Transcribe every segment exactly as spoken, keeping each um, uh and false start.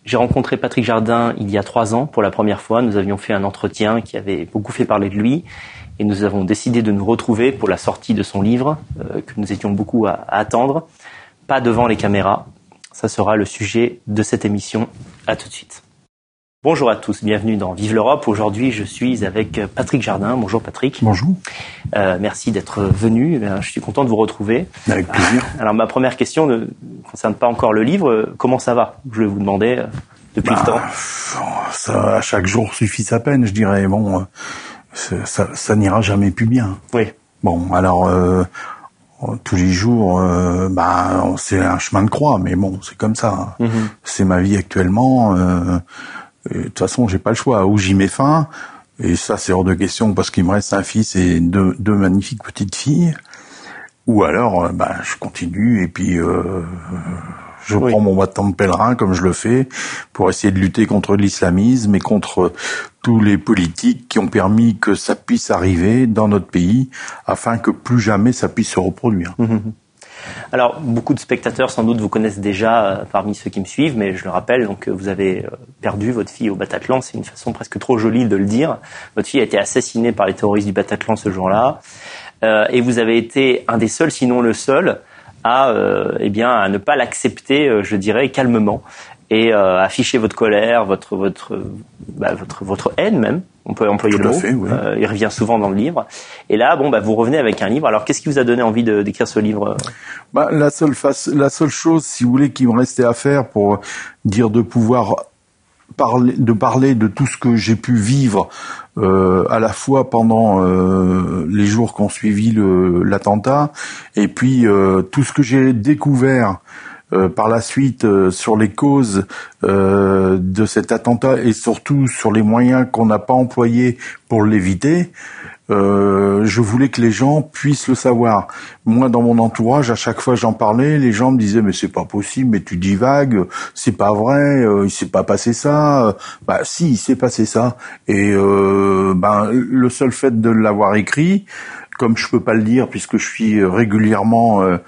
J'ai rencontré Patrick Jardin il y a trois ans pour la première fois. Nous avions fait un entretien qui avait beaucoup fait parler de lui et nous avons décidé de nous retrouver pour la sortie de son livre euh, que nous étions beaucoup à, à attendre. Pas devant les caméras. Ça sera le sujet de cette émission. À tout de suite. Bonjour à tous, bienvenue dans Vive l'Europe. Aujourd'hui, je suis avec Patrick Jardin. Bonjour Patrick. Bonjour. Euh, merci d'être venu. Je suis content de vous retrouver. Avec plaisir. Alors ma première question ne concerne pas encore le livre. Comment ça va? Je vais vous demander depuis bah, le temps. Ça, à chaque jour suffit sa peine, je dirais. Bon, ça, ça n'ira jamais plus bien. Oui. Bon, alors euh, tous les jours, euh, bah, c'est un chemin de croix, mais bon, c'est comme ça. Mm-hmm. C'est ma vie actuellement. Euh, de toute façon, j'ai pas le choix. Ou j'y mets fin, et ça c'est hors de question parce qu'il me reste un fils et deux, deux magnifiques petites filles. Ou alors, bah, je continue et puis euh, je oui. prends mon bâton de pèlerin comme je le fais pour essayer de lutter contre l'islamisme et contre tous les politiques qui ont permis que ça puisse arriver dans notre pays afin que plus jamais ça puisse se reproduire. Mmh. Alors, beaucoup de spectateurs, sans doute, vous connaissent déjà euh, parmi ceux qui me suivent, mais je le rappelle, donc vous avez euh, perdu votre fille au Bataclan. C'est une façon presque trop jolie de le dire. Votre fille a été assassinée par les terroristes du Bataclan ce jour-là, euh, et vous avez été un des seuls, sinon le seul, à, euh, eh bien, à ne pas l'accepter, euh, je dirais, calmement, et euh, afficher votre colère, votre, votre, bah, votre, votre haine même. On peut employer Tout le mot. Fait, oui. euh, il revient souvent dans le livre. Et là, bon, bah, vous revenez avec un livre. Alors, qu'est-ce qui vous a donné envie de, d'écrire ce livre? Bah, la seule face, la seule chose, si vous voulez, qui me restait à faire pour dire de pouvoir parler, de parler de tout ce que j'ai pu vivre, euh, à la fois pendant euh, les jours qui ont suivi le, l'attentat, et puis euh, tout ce que j'ai découvert. Euh, par la suite euh, sur les causes euh, de cet attentat et surtout sur les moyens qu'on n'a pas employés pour l'éviter, euh, je voulais que les gens puissent le savoir. Moi, dans mon entourage, à chaque fois que j'en parlais, les gens me disaient mais c'est pas possible, mais tu divagues, c'est pas vrai, euh, il s'est pas passé ça. Bah si, il s'est passé ça. Et euh, ben le seul fait de l'avoir écrit, comme je peux pas le dire puisque je suis régulièrement euh,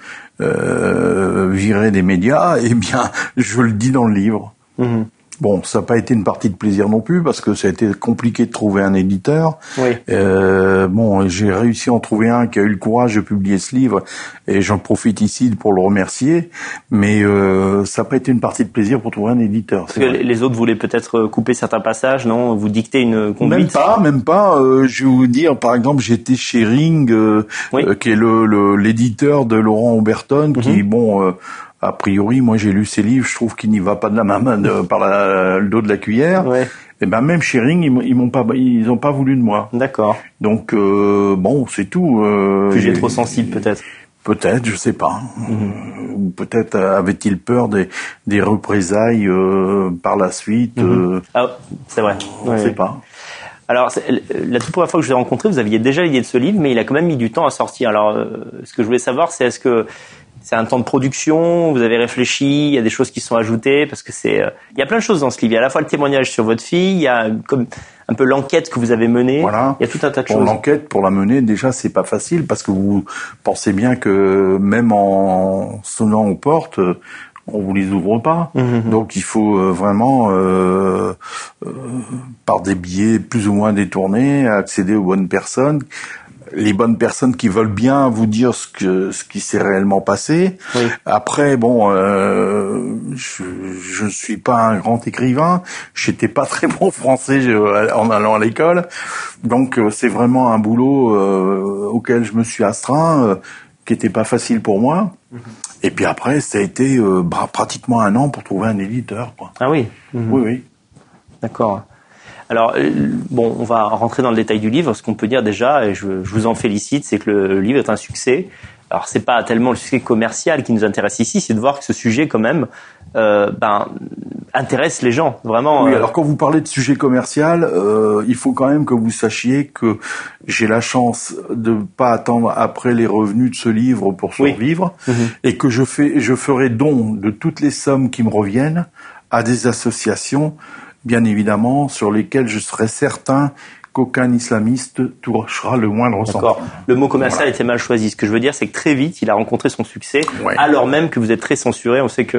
Euh, viré des médias, eh bien, je le dis dans le livre. Mmh. Bon, ça n'a pas été une partie de plaisir non plus, parce que ça a été compliqué de trouver un éditeur. Oui. Euh, bon, j'ai réussi à en trouver un qui a eu le courage de publier ce livre, et j'en profite ici pour le remercier, mais euh, ça n'a pas été une partie de plaisir pour trouver un éditeur. Parce que vrai. Les autres voulaient peut-être couper certains passages, non? Vous dicter une conduite? Même pas, même pas. Euh, je vais vous dire, par exemple, j'étais chez Ring, euh, oui. euh, qui est le, le, l'éditeur de Laurent Oberton, mmh. qui, bon... Euh, a priori, moi j'ai lu ses livres, je trouve qu'il n'y va pas de la main de, par la, le dos de la cuillère. Ouais. Et ben même chez Ring, ils, ils m'ont pas, ils ont pas voulu de moi. D'accord. Donc euh, bon, c'est tout. Euh, Puis j'ai trop sensible peut-être. Peut-être, je sais pas. Mm-hmm. Ou peut-être avait-il peur des, des représailles euh, par la suite. Mm-hmm. Euh, ah, c'est vrai. On ne ouais, sait pas. Alors, la toute première fois que je vous ai rencontré, vous aviez déjà l'idée de ce livre, mais il a quand même mis du temps à sortir. Alors, euh, ce que je voulais savoir, c'est est-ce que c'est un temps de production, vous avez réfléchi, il y a des choses qui sont ajoutées, parce que c'est, euh, il y a plein de choses dans ce livre. Il y a à la fois le témoignage sur votre fille, il y a comme un peu l'enquête que vous avez menée. Voilà. Il y a tout un tas de pour choses. L'enquête, pour la mener, déjà, c'est pas facile, parce que vous pensez bien que même en sonnant aux portes, on vous les ouvre pas. Mmh. Donc il faut euh, vraiment, euh, euh, par des biais plus ou moins détournés, accéder aux bonnes personnes. Les bonnes personnes qui veulent bien vous dire ce que ce qui s'est réellement passé. Oui. Après, bon, euh, je je ne suis pas un grand écrivain. J'étais pas très bon français en allant à l'école, donc c'est vraiment un boulot euh, auquel je me suis astreint, euh, qui était pas facile pour moi. Mm-hmm. Et puis après, ça a été euh, bah, pratiquement un an pour trouver un éditeur, quoi. Ah oui. Mm-hmm. Oui, oui. D'accord. Alors, bon, on va rentrer dans le détail du livre. Ce qu'on peut dire déjà, et je, je vous en félicite, c'est que le livre est un succès. Alors, c'est pas tellement le succès commercial qui nous intéresse ici, c'est de voir que ce sujet, quand même, euh, ben, intéresse les gens, vraiment. Oui, euh... alors quand vous parlez de sujet commercial, euh, il faut quand même que vous sachiez que j'ai la chance de pas attendre après les revenus de ce livre pour survivre, oui. mmh. et que je fais, je ferai don de toutes les sommes qui me reviennent à des associations, bien évidemment, sur lesquelles je serai certain qu'aucun islamiste touchera le moindre centime. D'accord. Le mot commercial voilà. était mal choisi. Ce que je veux dire, c'est que très vite, il a rencontré son succès, ouais. alors même que vous êtes très censuré. On sait que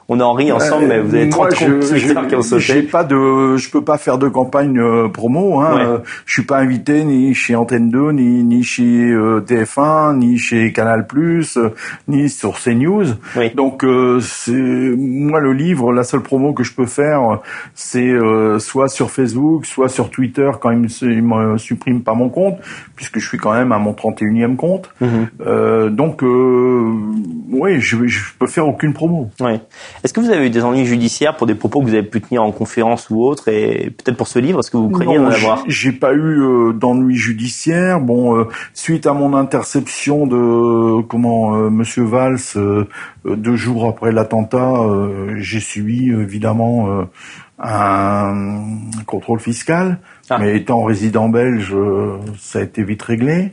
On en rit ensemble, euh, mais vous avez trente comptes Twitter qui ont sauté. J'ai pas de, je peux pas faire de campagne euh, promo. Hein. Ouais. Euh, je suis pas invité ni chez Antenne deux, ni ni chez euh, T F un, ni chez Canal plus, euh, ni sur CNews. Oui. Donc euh, c'est moi le livre, la seule promo que je peux faire, c'est euh, soit sur Facebook, soit sur Twitter quand il me, il me supprime pas mon compte, puisque je suis quand même à mon trente et unième compte. Mm-hmm. Euh, donc euh, oui, je, je peux faire aucune promo. Oui. Est-ce que vous avez eu des ennuis judiciaires pour des propos que vous avez pu tenir en conférence ou autre, et peut-être pour ce livre, est-ce que vous craignez d'en avoir ? J'ai pas eu euh, d'ennuis judiciaires. Bon, euh, suite à mon interception de euh, comment euh, Monsieur Valls euh, deux jours après l'attentat, euh, j'ai subi évidemment euh, un contrôle fiscal. Ah. Mais étant résident belge, euh, ça a été vite réglé.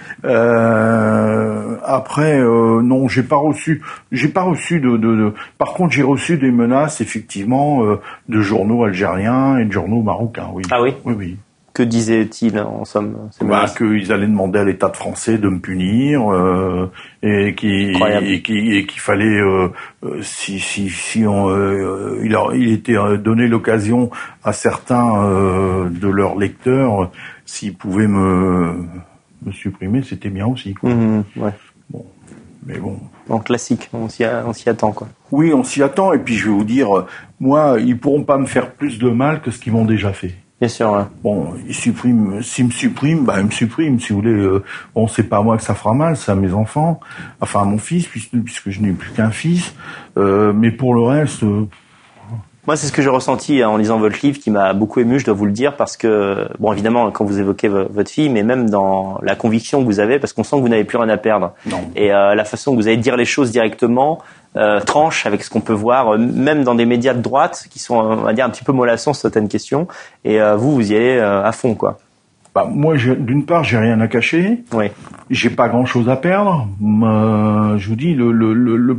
euh, après, euh, non, j'ai pas reçu, j'ai pas reçu de, de, de. Par contre, j'ai reçu des menaces effectivement euh, de journaux algériens et de journaux marocains. Oui. Ah oui. Oui, oui. Que disaient-ils en somme ces bah, qu'ils allaient demander à l'État de français de me punir euh, et qu'il et qu'il et qu'il fallait euh, si si si on euh, il a il était donné l'occasion à certains euh, de leurs lecteurs s'ils pouvaient me me supprimer, c'était bien aussi quoi. Mmh, ouais. Bon, mais bon. En classique, on s'y a, on s'y attend quoi. Oui, on s'y attend et puis je vais vous dire, moi, ils pourront pas me faire plus de mal que ce qu'ils m'ont déjà fait. Bien sûr. Ouais. Bon, ils suppriment. S'ils me suppriment, bah ils me suppriment. Si vous voulez, euh, bon, c'est pas à moi que ça fera mal, c'est à mes enfants, enfin à mon fils, puisque, puisque je n'ai plus qu'un fils. Euh, mais pour le reste. Euh... Moi, c'est ce que j'ai ressenti en lisant votre livre, qui m'a beaucoup ému, je dois vous le dire, parce que, bon, évidemment, quand vous évoquez v- votre fille, mais même dans la conviction que vous avez, parce qu'on sent que vous n'avez plus rien à perdre. Non. Et euh, la façon que vous allez dire les choses directement. Euh, tranche avec ce qu'on peut voir, euh, même dans des médias de droite qui sont, on va dire, un petit peu mollassons sur certaines questions. Et euh, vous, vous y allez euh, à fond, quoi. Bah moi, je, d'une part, j'ai rien à cacher. Oui. J'ai pas grand-chose à perdre. Euh, je vous dis, le le le le,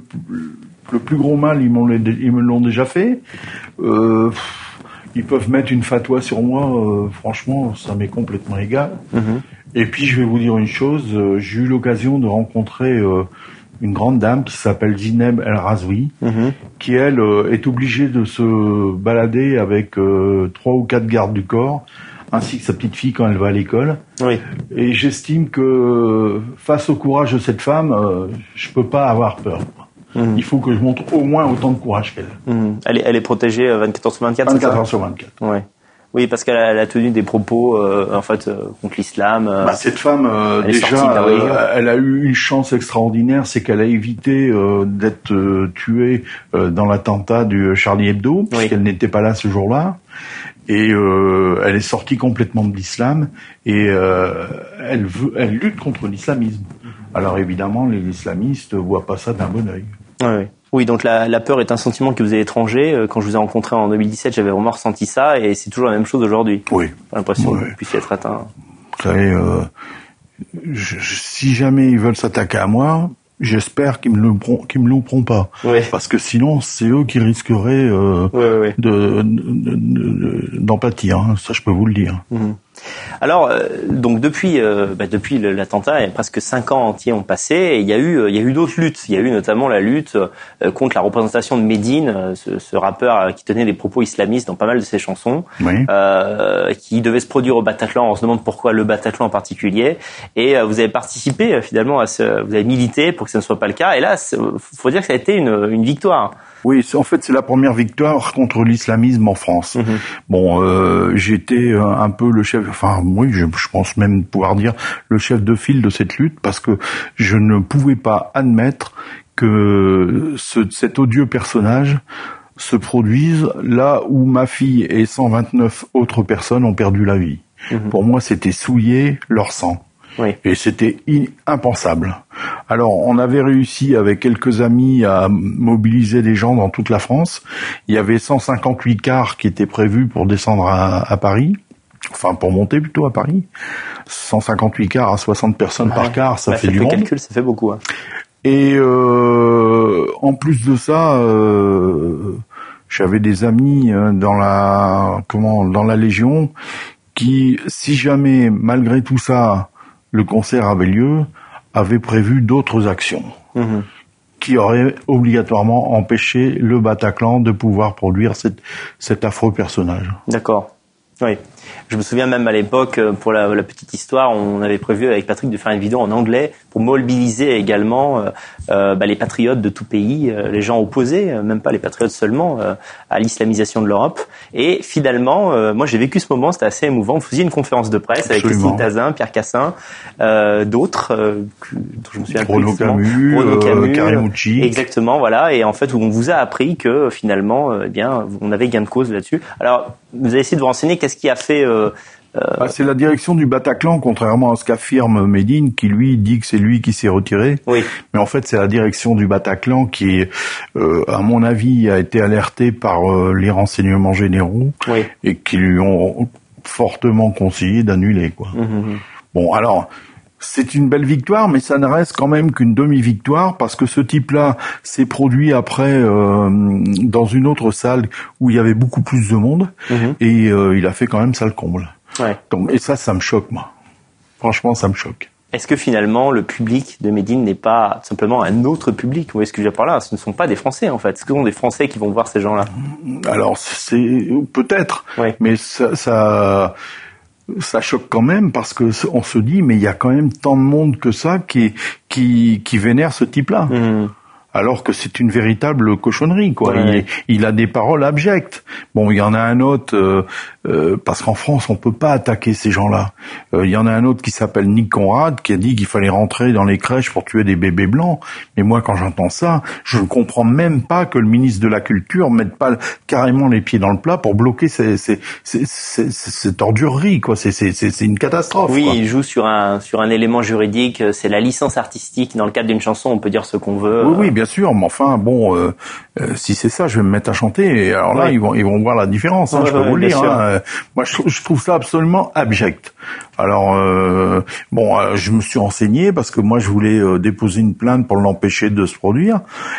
le plus gros mal, ils m'ont ils me l'ont déjà fait. Euh, ils peuvent mettre une fatwa sur moi. Euh, franchement, ça m'est complètement égal. Mm-hmm. Et puis, je vais vous dire une chose. Euh, j'ai eu l'occasion de rencontrer. Euh, une grande dame qui s'appelle Zineb El Razoui, mmh. qui elle euh, est obligée de se balader avec euh, trois ou quatre gardes du corps, ainsi que sa petite fille quand elle va à l'école. Oui. Et j'estime que face au courage de cette femme, euh, je peux pas avoir peur. Mmh. Il faut que je montre au moins autant de courage qu'elle. Mmh. Elle est, elle est protégée vingt-quatre heures sur vingt-quatre. vingt-quatre heures sur vingt-quatre. Ouais. Oui, parce qu'elle a, elle a tenu des propos euh, en fait euh, contre l'islam. Euh, bah, cette femme, euh, déjà, euh, elle a eu une chance extraordinaire, c'est qu'elle a évité euh, d'être euh, tuée euh, dans l'attentat du Charlie Hebdo, oui. puisqu'elle n'était pas là ce jour-là. Et euh, elle est sortie complètement de l'islam et euh, elle veut, elle lutte contre l'islamisme. Alors évidemment, les islamistes voient pas ça d'un bon œil. Oui, oui. Oui, donc la, la peur est un sentiment qui vous est étranger. Quand je vous ai rencontré en deux mille dix-sept, j'avais vraiment ressenti ça, et c'est toujours la même chose aujourd'hui. Oui. J'ai l'impression oui. que vous puissiez être atteint. Vous savez, euh, je, je, si jamais ils veulent s'attaquer à moi, j'espère qu'ils me le qu'ils me louperont pas, oui. parce que sinon c'est eux qui risqueraient euh, oui, oui, oui. De, de, de, de, d'en pâtir. Hein, ça, je peux vous le dire. Mmh. Alors, euh, donc depuis, euh, bah, depuis l'attentat, il y a presque cinq ans entiers ont passé, et il y a eu, euh, il y a eu d'autres luttes. Il y a eu notamment la lutte euh, contre la représentation de Medine, euh, ce, ce rappeur euh, qui tenait des propos islamistes dans pas mal de ses chansons, oui. euh, qui devait se produire au Bataclan. On se demande pourquoi le Bataclan en particulier. Et euh, vous avez participé euh, finalement à ce, vous avez milité pour que ce ne soit pas le cas. Et là, faut dire que ça a été une, une victoire. Oui, en fait, c'est la première victoire contre l'islamisme en France. Mmh. Bon, euh, j'étais un peu le chef, enfin, oui, je, je pense même pouvoir dire le chef de file de cette lutte, parce que je ne pouvais pas admettre que ce, cet odieux personnage se produise là où ma fille et cent vingt-neuf autres personnes ont perdu la vie. Mmh. Pour moi, c'était souiller leur sang. Oui. Et c'était impensable. Alors, on avait réussi avec quelques amis à mobiliser des gens dans toute la France. Il y avait cent cinquante-huit cars qui étaient prévus pour descendre à, à Paris. Enfin, pour monter plutôt à Paris. cent cinquante-huit cars à soixante personnes ouais. par car, ça bah, fait ça du fait monde. Calcul, ça fait beaucoup. Hein. Et euh, en plus de ça, euh, j'avais des amis dans la comment dans la Légion qui, si jamais malgré tout ça, le concert avait lieu, avait prévu d'autres actions, mmh. qui aurait obligatoirement empêché le Bataclan de pouvoir produire cette, cet affreux personnage. D'accord. Oui. Je me souviens même à l'époque, pour la, la petite histoire, on avait prévu avec Patrick de faire une vidéo en anglais pour mobiliser également euh, euh, bah, les patriotes de tout pays, euh, les gens opposés, euh, même pas les patriotes seulement, euh, à l'islamisation de l'Europe. Et finalement, euh, moi j'ai vécu ce moment, c'était assez émouvant. Vous faisiez une conférence de presse avec Christine Tazin, Pierre Cassin, euh, d'autres, euh, dont je me souviens Bruno plus. Camus, Bruno Camus, euh, Karimucci. Exactement, voilà. Et en fait, où on vous a appris que finalement, euh, eh bien, on avait gain de cause là-dessus. Alors, vous avez essayé de vous renseigner, qu'est-ce qui a fait euh, euh... Ah, c'est la direction du Bataclan, contrairement à ce qu'affirme Médine, qui lui dit que c'est lui qui s'est retiré. Oui. Mais en fait, c'est la direction du Bataclan qui, euh, à mon avis, a été alertée par euh, les renseignements généraux oui. et qui lui ont fortement conseillé d'annuler, quoi. Mmh. Bon, alors, c'est une belle victoire, mais ça ne reste quand même qu'une demi-victoire parce que ce type-là s'est produit après euh, dans une autre salle où il y avait beaucoup plus de monde mmh. et euh, il a fait quand même ça le comble. Ouais. Donc, et ça, ça me choque, moi. Franchement, ça me choque. Est-ce que finalement, le public de Médine n'est pas simplement un autre public? Vous voyez ce que je veux dire par là? Ce ne sont pas des Français, en fait. Ce sont des Français qui vont voir ces gens-là. Alors, c'est peut-être, oui. mais ça, ça, ça choque quand même parce que on se dit, mais il y a quand même tant de monde que ça qui, qui, qui vénère ce type-là. Mmh. Alors que c'est une véritable cochonnerie, quoi. Ouais. Il, il a des paroles abjectes. Bon, il y en a un autre, euh, euh, parce qu'en France, on peut pas attaquer ces gens-là. Euh, il y en a un autre qui s'appelle Nick Conrad, qui a dit qu'il fallait rentrer dans les crèches pour tuer des bébés blancs. Mais moi, quand j'entends ça, je ne comprends même pas que le ministre de la Culture mette pas carrément les pieds dans le plat pour bloquer ces, ces, ces, ces, cette ordurerie, quoi. C'est, c'est, c'est, c'est une catastrophe. Oui, quoi. Il joue sur un, sur un élément juridique. C'est la licence artistique. Dans le cadre d'une chanson, on peut dire ce qu'on veut. Oui, oui, bien sûr, mais enfin, bon, euh, euh, si c'est ça, je vais me mettre à chanter. Et alors là, ouais. ils vont, ils vont voir la différence. Hein, ouais, je peux ouais, vous le dire. Hein. Moi, je, je trouve ça absolument abject. Alors, euh, bon, euh, je me suis renseigné parce que moi, je voulais euh, déposer une plainte pour l'empêcher de se produire.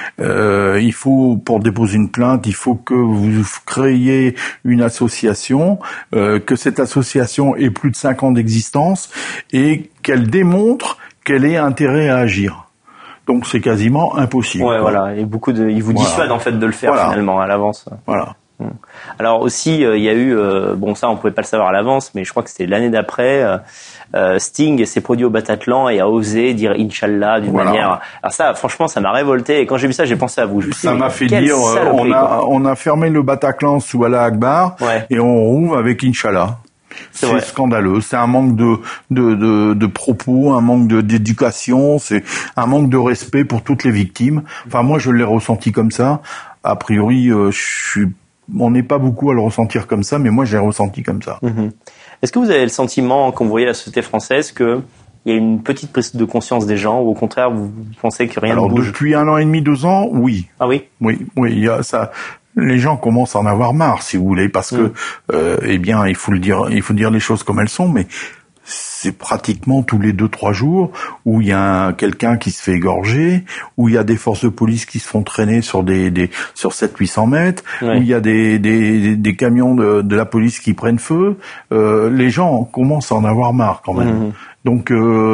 Euh, il faut, pour déposer une plainte, il faut que vous créiez une association, euh, que cette association ait plus de cinq ans d'existence et qu'elle démontre qu'elle ait intérêt à agir. Donc c'est quasiment impossible. Ouais, quoi. Voilà. Et beaucoup de, ils vous voilà. dissuadent en fait de le faire voilà. finalement à l'avance. Voilà. Alors aussi, euh, il y a eu, euh, bon ça on pouvait pas le savoir à l'avance, mais je crois que c'était l'année d'après, euh, Sting s'est produit au Bataclan et a osé dire Inch'Allah d'une voilà. manière. Alors ça, franchement, ça m'a révolté. Et quand j'ai vu ça, j'ai pensé à vous. Je ça m'a fait dire, on a, on a fermé le Bataclan sous Allah Akbar ouais. et on rouvre avec Inch'Allah. C'est, c'est scandaleux. C'est un manque de, de, de, de propos, un manque de, d'éducation, c'est un manque de respect pour toutes les victimes. Enfin, moi, je l'ai ressenti comme ça. A priori, euh, je suis, on n'est pas beaucoup à le ressentir comme ça, mais moi, j'ai ressenti comme ça. Mmh. Est-ce que vous avez le sentiment, quand vous voyez la société française, que il y a une petite prise de conscience des gens, ou au contraire, vous pensez que rien Alors, ne bouge? Depuis un an et demi, deux ans, oui. Ah oui? Oui, oui, il y a ça. Les gens commencent à en avoir marre, si vous voulez, parce mmh. que, euh, eh bien, il faut le dire, il faut dire les choses comme elles sont, mais c'est pratiquement tous les deux, trois jours où il y a un, quelqu'un qui se fait égorger, où il y a des forces de police qui se font traîner sur des, des sur sept huit cents mètres, ouais. où il y a des, des, des camions de, de la police qui prennent feu. Euh, les gens commencent à en avoir marre quand même. Mmh. Donc,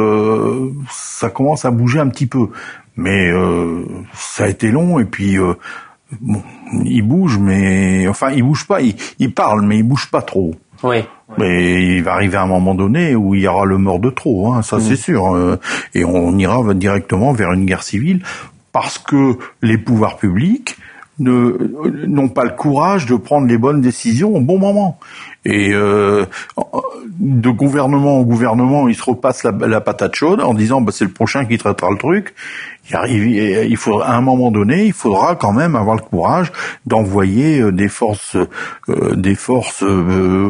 euh, ça commence à bouger un petit peu. Mais euh, ça a été long, et puis... Euh, Bon, il bouge, mais enfin, il bouge pas. Il, il parle, mais il bouge pas trop. Oui. Mais il va arriver à un moment donné où il y aura le mort de trop, hein, ça mmh. c'est sûr. Euh, et on ira directement vers une guerre civile parce que les pouvoirs publics ne n'ont pas le courage de prendre les bonnes décisions au bon moment. Et euh, de gouvernement en gouvernement, ils se repassent la, la patate chaude en disant bah, c'est le prochain qui traitera le truc. Il, arrive, il faudra, à un moment donné, il faudra quand même avoir le courage d'envoyer des forces, euh, des forces euh,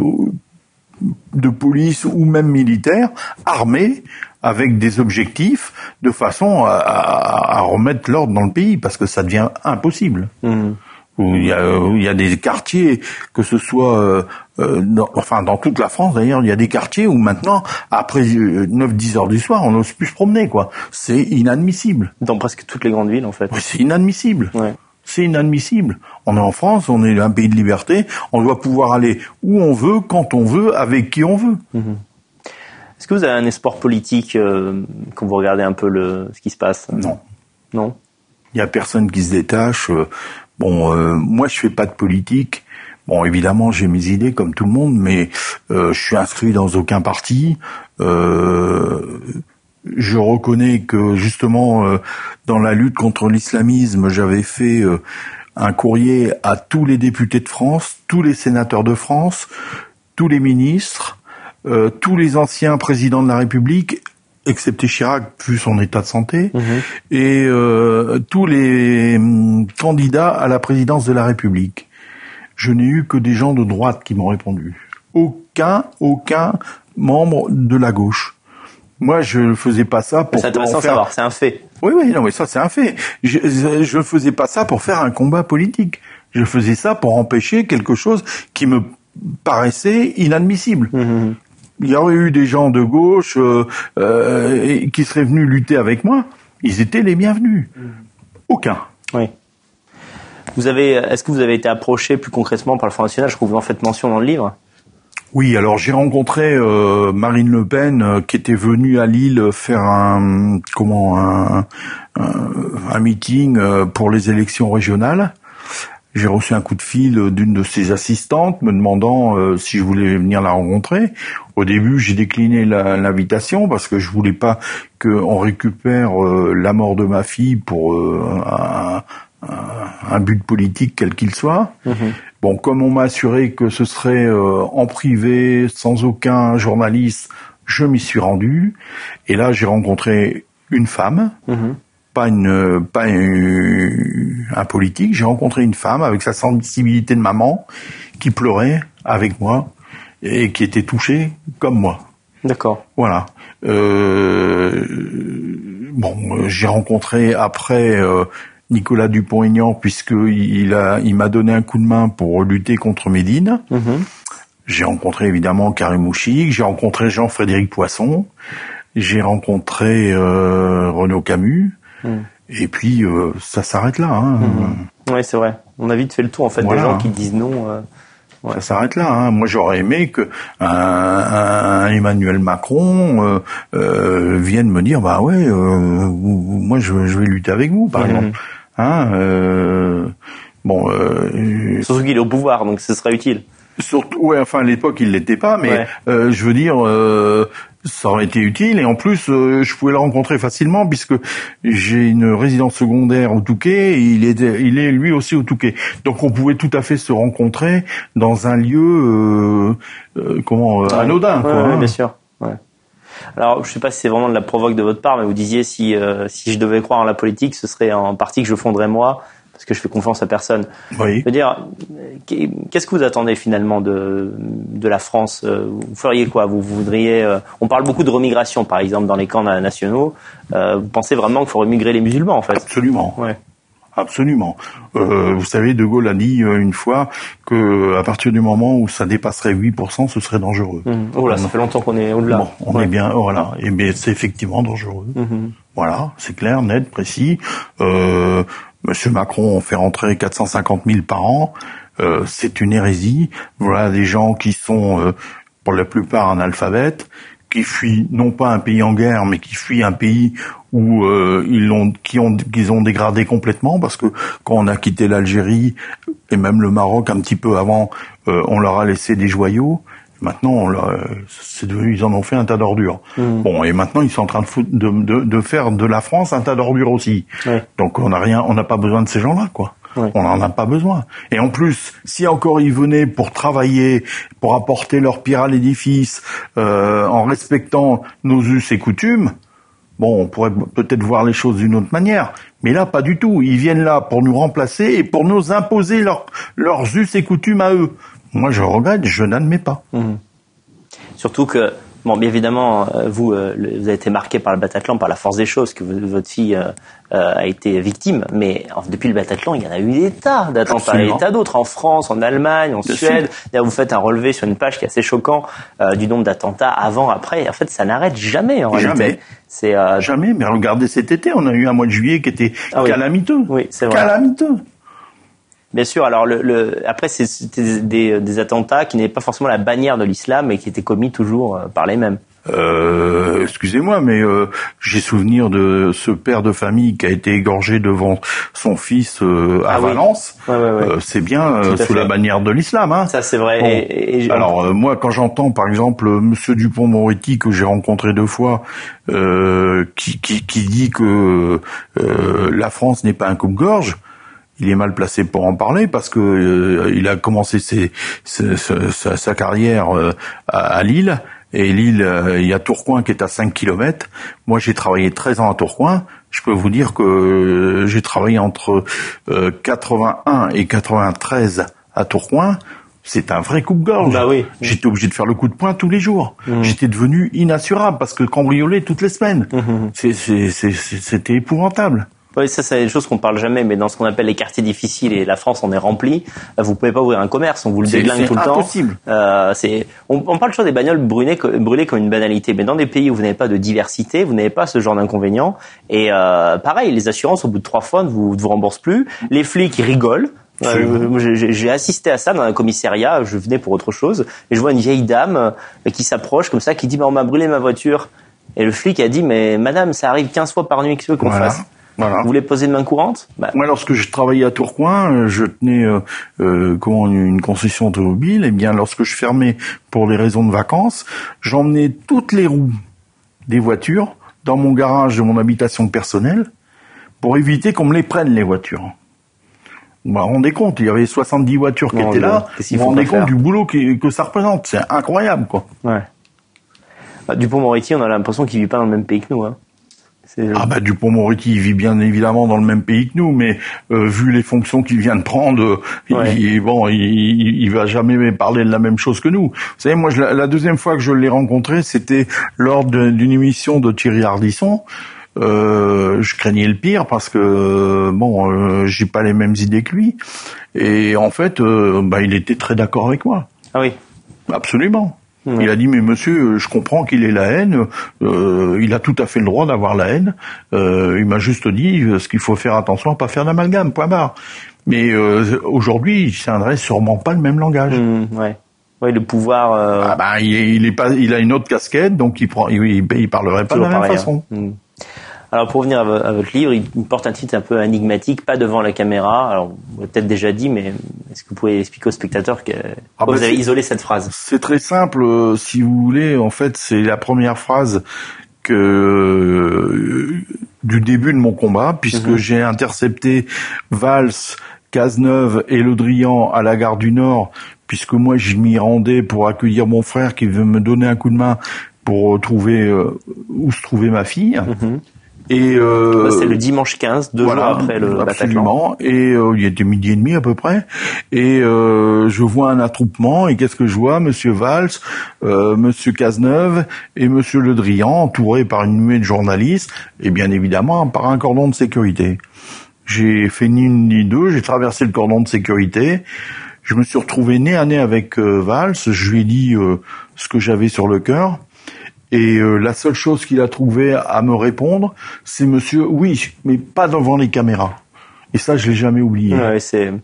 de police ou même militaires armées avec des objectifs de façon à, à, à remettre l'ordre dans le pays parce que ça devient impossible. Mmh. Où il y a, où il y a des quartiers, que ce soit, euh, euh, dans, enfin dans toute la France d'ailleurs, il y a des quartiers où maintenant, après neuf dix heures du soir, on n'ose plus se promener, quoi. C'est inadmissible. Dans presque toutes les grandes villes, en fait. Oui, c'est inadmissible. Ouais. C'est inadmissible. On est en France, on est un pays de liberté, on doit pouvoir aller où on veut, quand on veut, avec qui on veut. Mmh. Est-ce que vous avez un espoir politique euh, quand vous regardez un peu le, ce qui se passe? Non. Non. il y a personne qui se détache. Bon, euh, moi je fais pas de politique. Bon, évidemment, j'ai mes idées comme tout le monde, mais euh, je suis inscrit dans aucun parti. Euh, je reconnais que justement, euh, dans la lutte contre l'islamisme, j'avais fait euh, un courrier à tous les députés de France, tous les sénateurs de France, tous les ministres, euh, tous les anciens présidents de la République, excepté Chirac, vu son état de santé, mmh. et euh, tous les hum, candidats à la présidence de la République. Je n'ai eu que des gens de droite qui m'ont répondu. Aucun, aucun membre de la gauche. Moi, je ne faisais pas ça pour... C'est intéressant de faire... savoir, c'est un fait. Oui, oui, non, mais ça, c'est un fait. Je ne faisais pas ça pour faire un combat politique. Je faisais ça pour empêcher quelque chose qui me paraissait inadmissible. Mmh. Il y aurait eu des gens de gauche euh, euh, qui seraient venus lutter avec moi. Ils étaient les bienvenus. Mmh. Aucun. Oui. Vous avez, est-ce que vous avez été approché plus concrètement par le Front National? Je crois que vous en faites mention dans le livre. Oui, alors j'ai rencontré euh, Marine Le Pen euh, qui était venue à Lille faire un comment un, un, un meeting euh, pour les élections régionales. J'ai reçu un coup de fil d'une de ses assistantes me demandant euh, si je voulais venir la rencontrer. Au début, j'ai décliné la, l'invitation parce que je voulais pas qu'on récupère euh, la mort de ma fille pour euh, un, un, un but politique quel qu'il soit. Mmh. Bon, comme on m'a assuré que ce serait euh, en privé, sans aucun journaliste, je m'y suis rendu. Et là, j'ai rencontré une femme. Mmh. Pas une, pas une, un politique. J'ai rencontré une femme avec sa sensibilité de maman qui pleurait avec moi et qui était touchée comme moi. D'accord. Voilà. Euh, bon, j'ai rencontré après euh, Nicolas Dupont-Aignan puisque il a, il m'a donné un coup de main pour lutter contre Médine. Mmh. J'ai rencontré évidemment Karim Ouchik. J'ai rencontré Jean-Frédéric Poisson. J'ai rencontré euh, Renaud Camus. Mmh. Et puis euh, ça s'arrête là. Hein. Mmh. Oui, c'est vrai. On a vite fait le tour en fait voilà. des gens qui disent non. Euh... Ouais. Ça s'arrête là. Hein. Moi, j'aurais aimé que un, un Emmanuel Macron euh, euh, vienne me dire, bah ouais, euh, moi je, je vais lutter avec vous, par mmh. exemple. Hein, euh, bon. Euh, Surtout qu'il est au pouvoir, donc ce serait utile. Surtout, ouais. Enfin, à l'époque, il l'était pas, mais ouais. euh, je veux dire. Euh, Ça aurait été utile et en plus euh, je pouvais le rencontrer facilement puisque j'ai une résidence secondaire au Touquet et il est il est lui aussi au Touquet. Donc on pouvait tout à fait se rencontrer dans un lieu euh, euh, comment euh, anodin ouais, quoi. Ouais, hein. Bien sûr. Ouais. Alors je sais pas si c'est vraiment de la provoque de votre part, mais vous disiez si euh, si je devais croire en la politique, ce serait en partie que je fonderais moi. Parce que je fais confiance à personne. Oui. Je veux dire, qu'est-ce que vous attendez finalement de de la France? Vous feriez quoi? Vous voudriez? On parle beaucoup de remigration, par exemple, dans les camps nationaux. Euh, vous pensez vraiment qu'il faut remigrer les musulmans, en fait? Absolument. Ouais. Absolument. Euh, vous savez, De Gaulle a dit euh, une fois que à partir du moment où ça dépasserait huit pour cent, ce serait dangereux. Mmh. Oh là, ça fait longtemps qu'on est au-delà. Bon, on ouais. est bien, oh, voilà. Et bien, c'est effectivement dangereux. Mmh. Voilà, c'est clair, net, précis. Euh, Monsieur Macron fait rentrer quatre cent cinquante mille par an. Euh, c'est une hérésie. Voilà des gens qui sont, euh, pour la plupart, analphabètes, qui fuient non pas un pays en guerre, mais qui fuient un pays où euh, ils l'ont, qui ont, qu'ils ont dégradé complètement, parce que quand on a quitté l'Algérie et même le Maroc un petit peu avant, euh, on leur a laissé des joyaux. Maintenant, on leur, c'est devenu, ils en ont fait un tas d'ordures. Mmh. Bon, et maintenant, ils sont en train de, foutre, de, de, de faire de la France un tas d'ordures aussi. Ouais. Donc, on n'a rien, on n'a pas besoin de ces gens-là, quoi. Ouais. On n'en a pas besoin. Et en plus, si encore ils venaient pour travailler, pour apporter leur pierre à l'édifice, euh, en respectant nos us et coutumes, bon, on pourrait peut-être voir les choses d'une autre manière. Mais là, pas du tout. Ils viennent là pour nous remplacer et pour nous imposer leur, leurs us et coutumes à eux. Moi, je regrette, je n'admets pas. Mmh. Surtout que, bon, bien évidemment, vous, euh, vous avez été marqué par le Bataclan, par la force des choses, que vous, votre fille euh, euh, a été victime. Mais enfin, depuis le Bataclan, il y en a eu des tas d'attentats, des tas d'autres, en France, en Allemagne, en bien Suède. D'ailleurs, vous faites un relevé sur une page qui est assez choquant euh, du nombre d'attentats avant, après. En fait, ça n'arrête jamais, en jamais. réalité. C'est, euh... Jamais, mais regardez cet été, on a eu un mois de juillet qui était ah, calamiteux. Oui, oui c'est vrai. Calamiteux. Bien sûr. Alors le, le après c'était des, des, des attentats qui n'avaient pas forcément la bannière de l'islam, mais qui étaient commis toujours euh, par les mêmes. Euh, excusez-moi, mais euh, j'ai souvenir de ce père de famille qui a été égorgé devant son fils euh, à ah, Valence. Oui. Ouais, ouais, ouais. Euh, c'est bien euh, sous fait. la bannière de l'islam. Hein. Ça, c'est vrai. Bon. Et, et... Alors, euh, moi, quand j'entends, par exemple, Monsieur Dupond-Moretti, que j'ai rencontré deux fois, euh, qui, qui, qui dit que euh, la France n'est pas un coupe-gorge, il est mal placé pour en parler parce que euh, il a commencé ses, ses, ses, sa, sa carrière euh, à, à Lille. Et Lille, euh, il y a Tourcoing qui est à cinq kilomètres. Moi, j'ai travaillé treize ans à Tourcoing. Je peux vous dire que euh, j'ai travaillé entre euh, quatre-vingt-un et quatre-vingt-treize à Tourcoing. C'est un vrai coupe-gorge. Bah oui. J'étais obligé de faire le coup de poing tous les jours. Mmh. J'étais devenu inassurable parce que cambriolé toutes les semaines. Mmh. C'est, c'est, c'est, c'était épouvantable. Oui, ça, c'est des choses qu'on parle jamais, mais dans ce qu'on appelle les quartiers difficiles, et la France en est remplie, vous pouvez pas ouvrir un commerce, on vous le déglingue tout le temps. C'est impossible. Euh, c'est, on, on parle toujours des bagnoles brûlées, brûlées comme une banalité, mais dans des pays où vous n'avez pas de diversité, vous n'avez pas ce genre d'inconvénient. Et euh, pareil, les assurances, au bout de trois fois, ne vous, ne vous remboursent plus. Les flics, ils rigolent. Euh, j'ai, j'ai assisté à ça dans un commissariat, je venais pour autre chose, et je vois une vieille dame euh, qui s'approche comme ça, qui dit bah, « on m'a brûlé ma voiture ». Et le flic a dit « mais madame, ça arrive quinze fois par nuit, qu'est-ce qu'on voilà. fasse ?» Voilà. Vous voulez poser de main courante? Bah. Moi, lorsque je travaillais à Tourcoing, je tenais euh, euh, comment une concession automobile. Et bien, lorsque je fermais pour des raisons de vacances, j'emmenais toutes les roues des voitures dans mon garage de mon habitation personnelle pour éviter qu'on me les prenne les voitures. Vous vous rendez compte, il y avait soixante-dix voitures qui non, étaient là. Vous vous rendez compte faire. du boulot que, que ça représente. C'est incroyable, quoi. Ouais. Bah, Dupond-Moretti, on a l'impression qu'il vit pas dans le même pays que nous, hein. C'est... Ah bah Dupond-Moretti, il vit bien évidemment dans le même pays que nous, mais euh, vu les fonctions qu'il vient de prendre, ouais. il, bon, il, il, il va jamais parler de la même chose que nous. Vous savez, moi, je, la, la deuxième fois que je l'ai rencontré, c'était lors de, d'une émission de Thierry Ardisson. Euh, je craignais le pire parce que bon, euh, j'ai pas les mêmes idées que lui, et en fait, euh, bah, il était très d'accord avec moi. Ah oui, absolument. Mmh. Il a dit mais monsieur, je comprends qu'il ait la haine, euh, il a tout à fait le droit d'avoir la haine. Euh, il m'a juste dit ce qu'il faut faire attention à pas faire d'amalgame, point barre. Mais euh, aujourd'hui, il tiendrait sûrement pas le même langage. Mmh, ouais. Oui, le pouvoir. Euh... Ah bah il est, il est pas, il a une autre casquette, donc il prend, il, il, il parlerait pas de la même pareil, façon. Hein. Mmh. Alors pour revenir à, à votre livre, il porte un titre un peu énigmatique, pas devant la caméra. Alors vous l'avez peut-être déjà dit, mais est-ce que vous pouvez expliquer aux spectateurs que ah bah vous avez isolé cette phrase? C'est très simple, euh, si vous voulez. En fait, c'est la première phrase que euh, du début de mon combat, puisque mmh. j'ai intercepté Valls, Cazeneuve et Le Drian à la gare du Nord, puisque moi je m'y rendais pour accueillir mon frère qui veut me donner un coup de main pour trouver euh, où se trouvait ma fille. Mmh. Et euh, c'est le dimanche quinze, deux voilà, jours après le absolument. Bataclan. Et euh, il était midi et demi à peu près. Et euh, je vois un attroupement. Et qu'est-ce que je vois? Monsieur Valls, euh, Monsieur Cazeneuve et Monsieur Le Drian, entourés par une nuée de journalistes et bien évidemment par un cordon de sécurité. J'ai fait ni une ni deux. J'ai traversé le cordon de sécurité. Je me suis retrouvé nez à nez avec euh, Valls. Je lui ai dit euh, ce que j'avais sur le cœur. Et euh, la seule chose qu'il a trouvé à me répondre, c'est monsieur, oui, mais pas devant les caméras. Et ça, je l'ai jamais oublié. Ouais, c'est,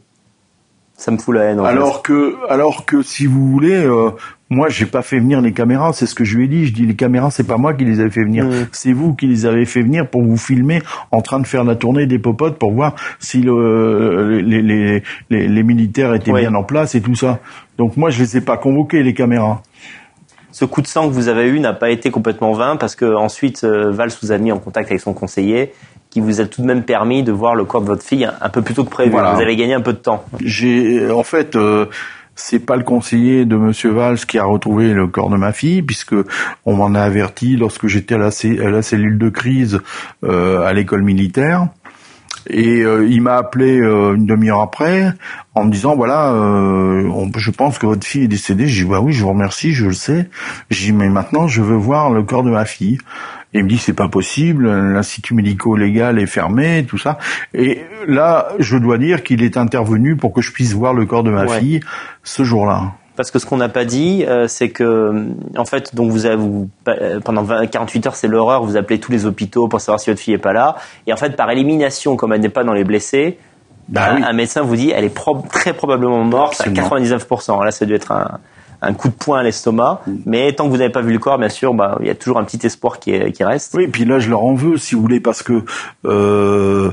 ça me fout la haine. En alors fait. que, alors que, si vous voulez, euh, moi, j'ai pas fait venir les caméras. C'est ce que je lui ai dit. Je dis, les caméras, c'est pas moi qui les avais fait venir. Mmh. C'est vous qui les avez fait venir pour vous filmer en train de faire la tournée des popotes pour voir si le, les, les, les, les militaires étaient ouais. bien en place et tout ça. Donc moi, je les ai pas convoqués, les caméras. Ce coup de sang que vous avez eu n'a pas été complètement vain parce que ensuite euh, Valls vous a mis en contact avec son conseiller qui vous a tout de même permis de voir le corps de votre fille un peu plus tôt que prévu. Voilà. Vous avez gagné un peu de temps. J'ai, en fait, euh, c'est pas le conseiller de Monsieur Valls qui a retrouvé le corps de ma fille puisque on m'en a averti lorsque j'étais à la, c- à la cellule de crise euh, à l'école militaire. Et euh, il m'a appelé euh, une demi-heure après en me disant voilà, euh, on, je pense que votre fille est décédée. J'ai dit bah oui, je vous remercie, je le sais. J'ai dit mais maintenant je veux voir le corps de ma fille. Et il me dit c'est pas possible, l'institut médico-légal est fermé, tout ça. Et là, je dois dire qu'il est intervenu pour que je puisse voir le corps de ma ouais. fille ce jour-là. Parce que ce qu'on n'a pas dit, euh, c'est que, en fait, donc vous avez, vous, pendant vingt, quarante-huit heures, c'est l'horreur. Vous appelez tous les hôpitaux pour savoir si votre fille est pas là. Et en fait, par élimination, comme elle n'est pas dans les blessés, bah, un, oui. un médecin vous dit, elle est pro- très probablement morte à quatre-vingt-dix-neuf pour cent. Là, ça a dû être un, un coup de poing à l'estomac. Mais tant que vous n'avez pas vu le corps, bien sûr, bah, il y a toujours un petit espoir qui, est, qui reste. Oui, et puis là, je leur en veux, si vous voulez, parce que euh,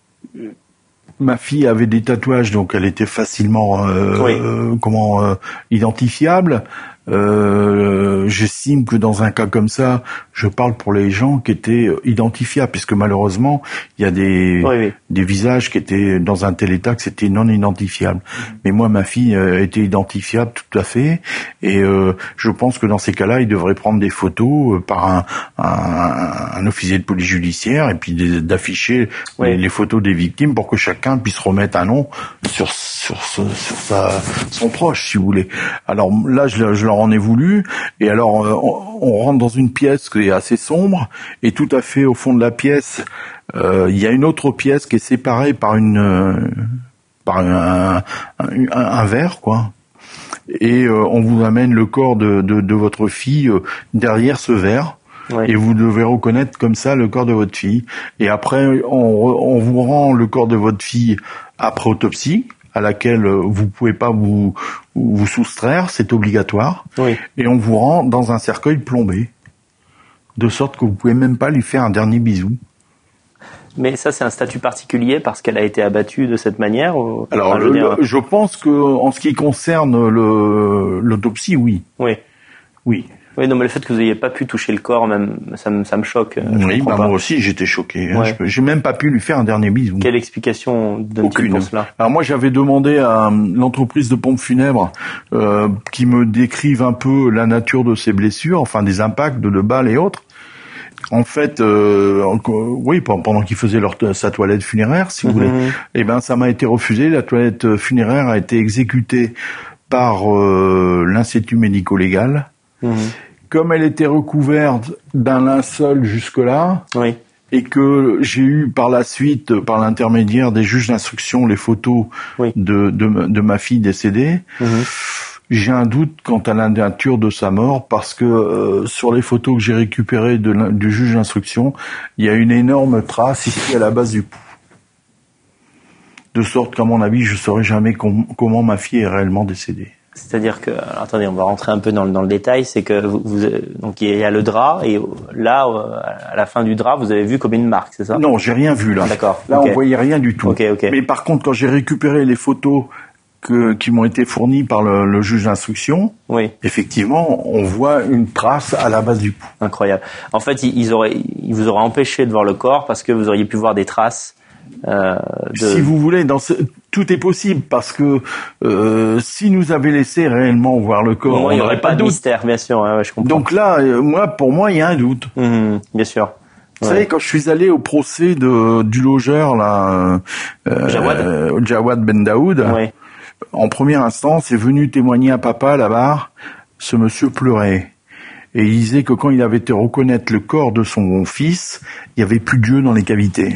ma fille avait des tatouages, donc elle était facilement euh, oui. euh, comment euh, identifiable. Euh, j'estime que dans un cas comme ça, je parle pour les gens qui étaient identifiables, puisque malheureusement, il y a des oui, oui. des visages qui étaient dans un tel état que c'était non identifiable. Mmh. Mais moi, ma fille euh, était identifiable tout à fait, et euh, je pense que dans ces cas-là, il devrait prendre des photos euh, par un, un, un officier de police judiciaire, et puis des, d'afficher oui. les, les photos des victimes pour que chacun puisse remettre un nom sur sur, sur, sur sa, son proche, si vous voulez. Alors là, je, je leur en ai voulu, et alors euh, on, on rentre dans une pièce qui est assez sombre, et tout à fait au fond de la pièce, euh, il y a une autre pièce qui est séparée par une euh, par un, un, un, un verre, quoi. Et euh, on vous amène le corps de, de, de votre fille euh, derrière ce verre. Oui. Et vous devez reconnaître comme ça le corps de votre fille. Et après, on, on vous rend le corps de votre fille après autopsie, à laquelle vous pouvez pas vous vous soustraire, c'est obligatoire. Oui. Et on vous rend dans un cercueil plombé, de sorte que vous pouvez même pas lui faire un dernier bisou. Mais ça, c'est un statut particulier parce qu'elle a été abattue de cette manière ou... Alors, enfin, je, dire... le, je pense que en ce qui concerne le l'autopsie, oui. Oui. Oui. Oui, non, mais le fait que vous n'ayez pas pu toucher le corps, même, ça me, ça me choque. Oui, bah moi aussi, j'étais choqué. Ouais. Hein. J'ai même pas pu lui faire un dernier bisou. Quelle explication donne-t-il pour cela ? Alors moi, j'avais demandé à l'entreprise de pompes funèbres euh, qui me décrive un peu la nature de ses blessures, enfin des impacts de, de balles et autres. En fait, euh, oui, pendant qu'ils faisaient leur sa toilette funéraire, si vous mm-hmm. voulez, eh ben ça m'a été refusé. La toilette funéraire a été exécutée par euh, l'Institut médico-légal. Mm-hmm. Comme elle était recouverte d'un linceul jusque-là, oui. et que j'ai eu par la suite, par l'intermédiaire des juges d'instruction, les photos oui. de, de, de ma fille décédée, mm-hmm. j'ai un doute quant à la nature de sa mort, parce que euh, sur les photos que j'ai récupérées de, du juge d'instruction, il y a une énorme trace ici à la base du pouls. De sorte qu'à mon avis, je ne saurais jamais com- comment ma fille est réellement décédée. C'est-à-dire que, alors, attendez, on va rentrer un peu dans le, dans le détail, c'est que vous, vous, donc il y a le drap, et là, à la fin du drap, vous avez vu comme une marque, c'est ça ? Non, j'ai rien vu là. D'accord. Là, okay. on voyait rien du tout. Okay, okay. Mais par contre, quand j'ai récupéré les photos que, qui m'ont été fournies par le, le juge d'instruction, oui. effectivement, on voit une trace à la base du pouls. Incroyable. En fait, ils auraient, ils vous auraient empêché de voir le corps parce que vous auriez pu voir des traces. Euh, de... Si vous voulez, dans ce... tout est possible, parce que euh, si nous avait laissé réellement voir le corps, bon, on n'aurait pas de de doute. Mystère, bien sûr, ouais, je comprends. Donc là, euh, moi, pour moi, il y a un doute. Mmh, bien sûr. Vous ouais. savez, quand je suis allé au procès de du logeur là, euh, Jawad, euh, Jawad Ben Daoud, ouais. en première instance, est venu témoigner à papa là-bas. Ce monsieur pleurait. Et il disait que quand il avait été reconnaître le corps de son fils, il y avait plus d'yeux dans les cavités.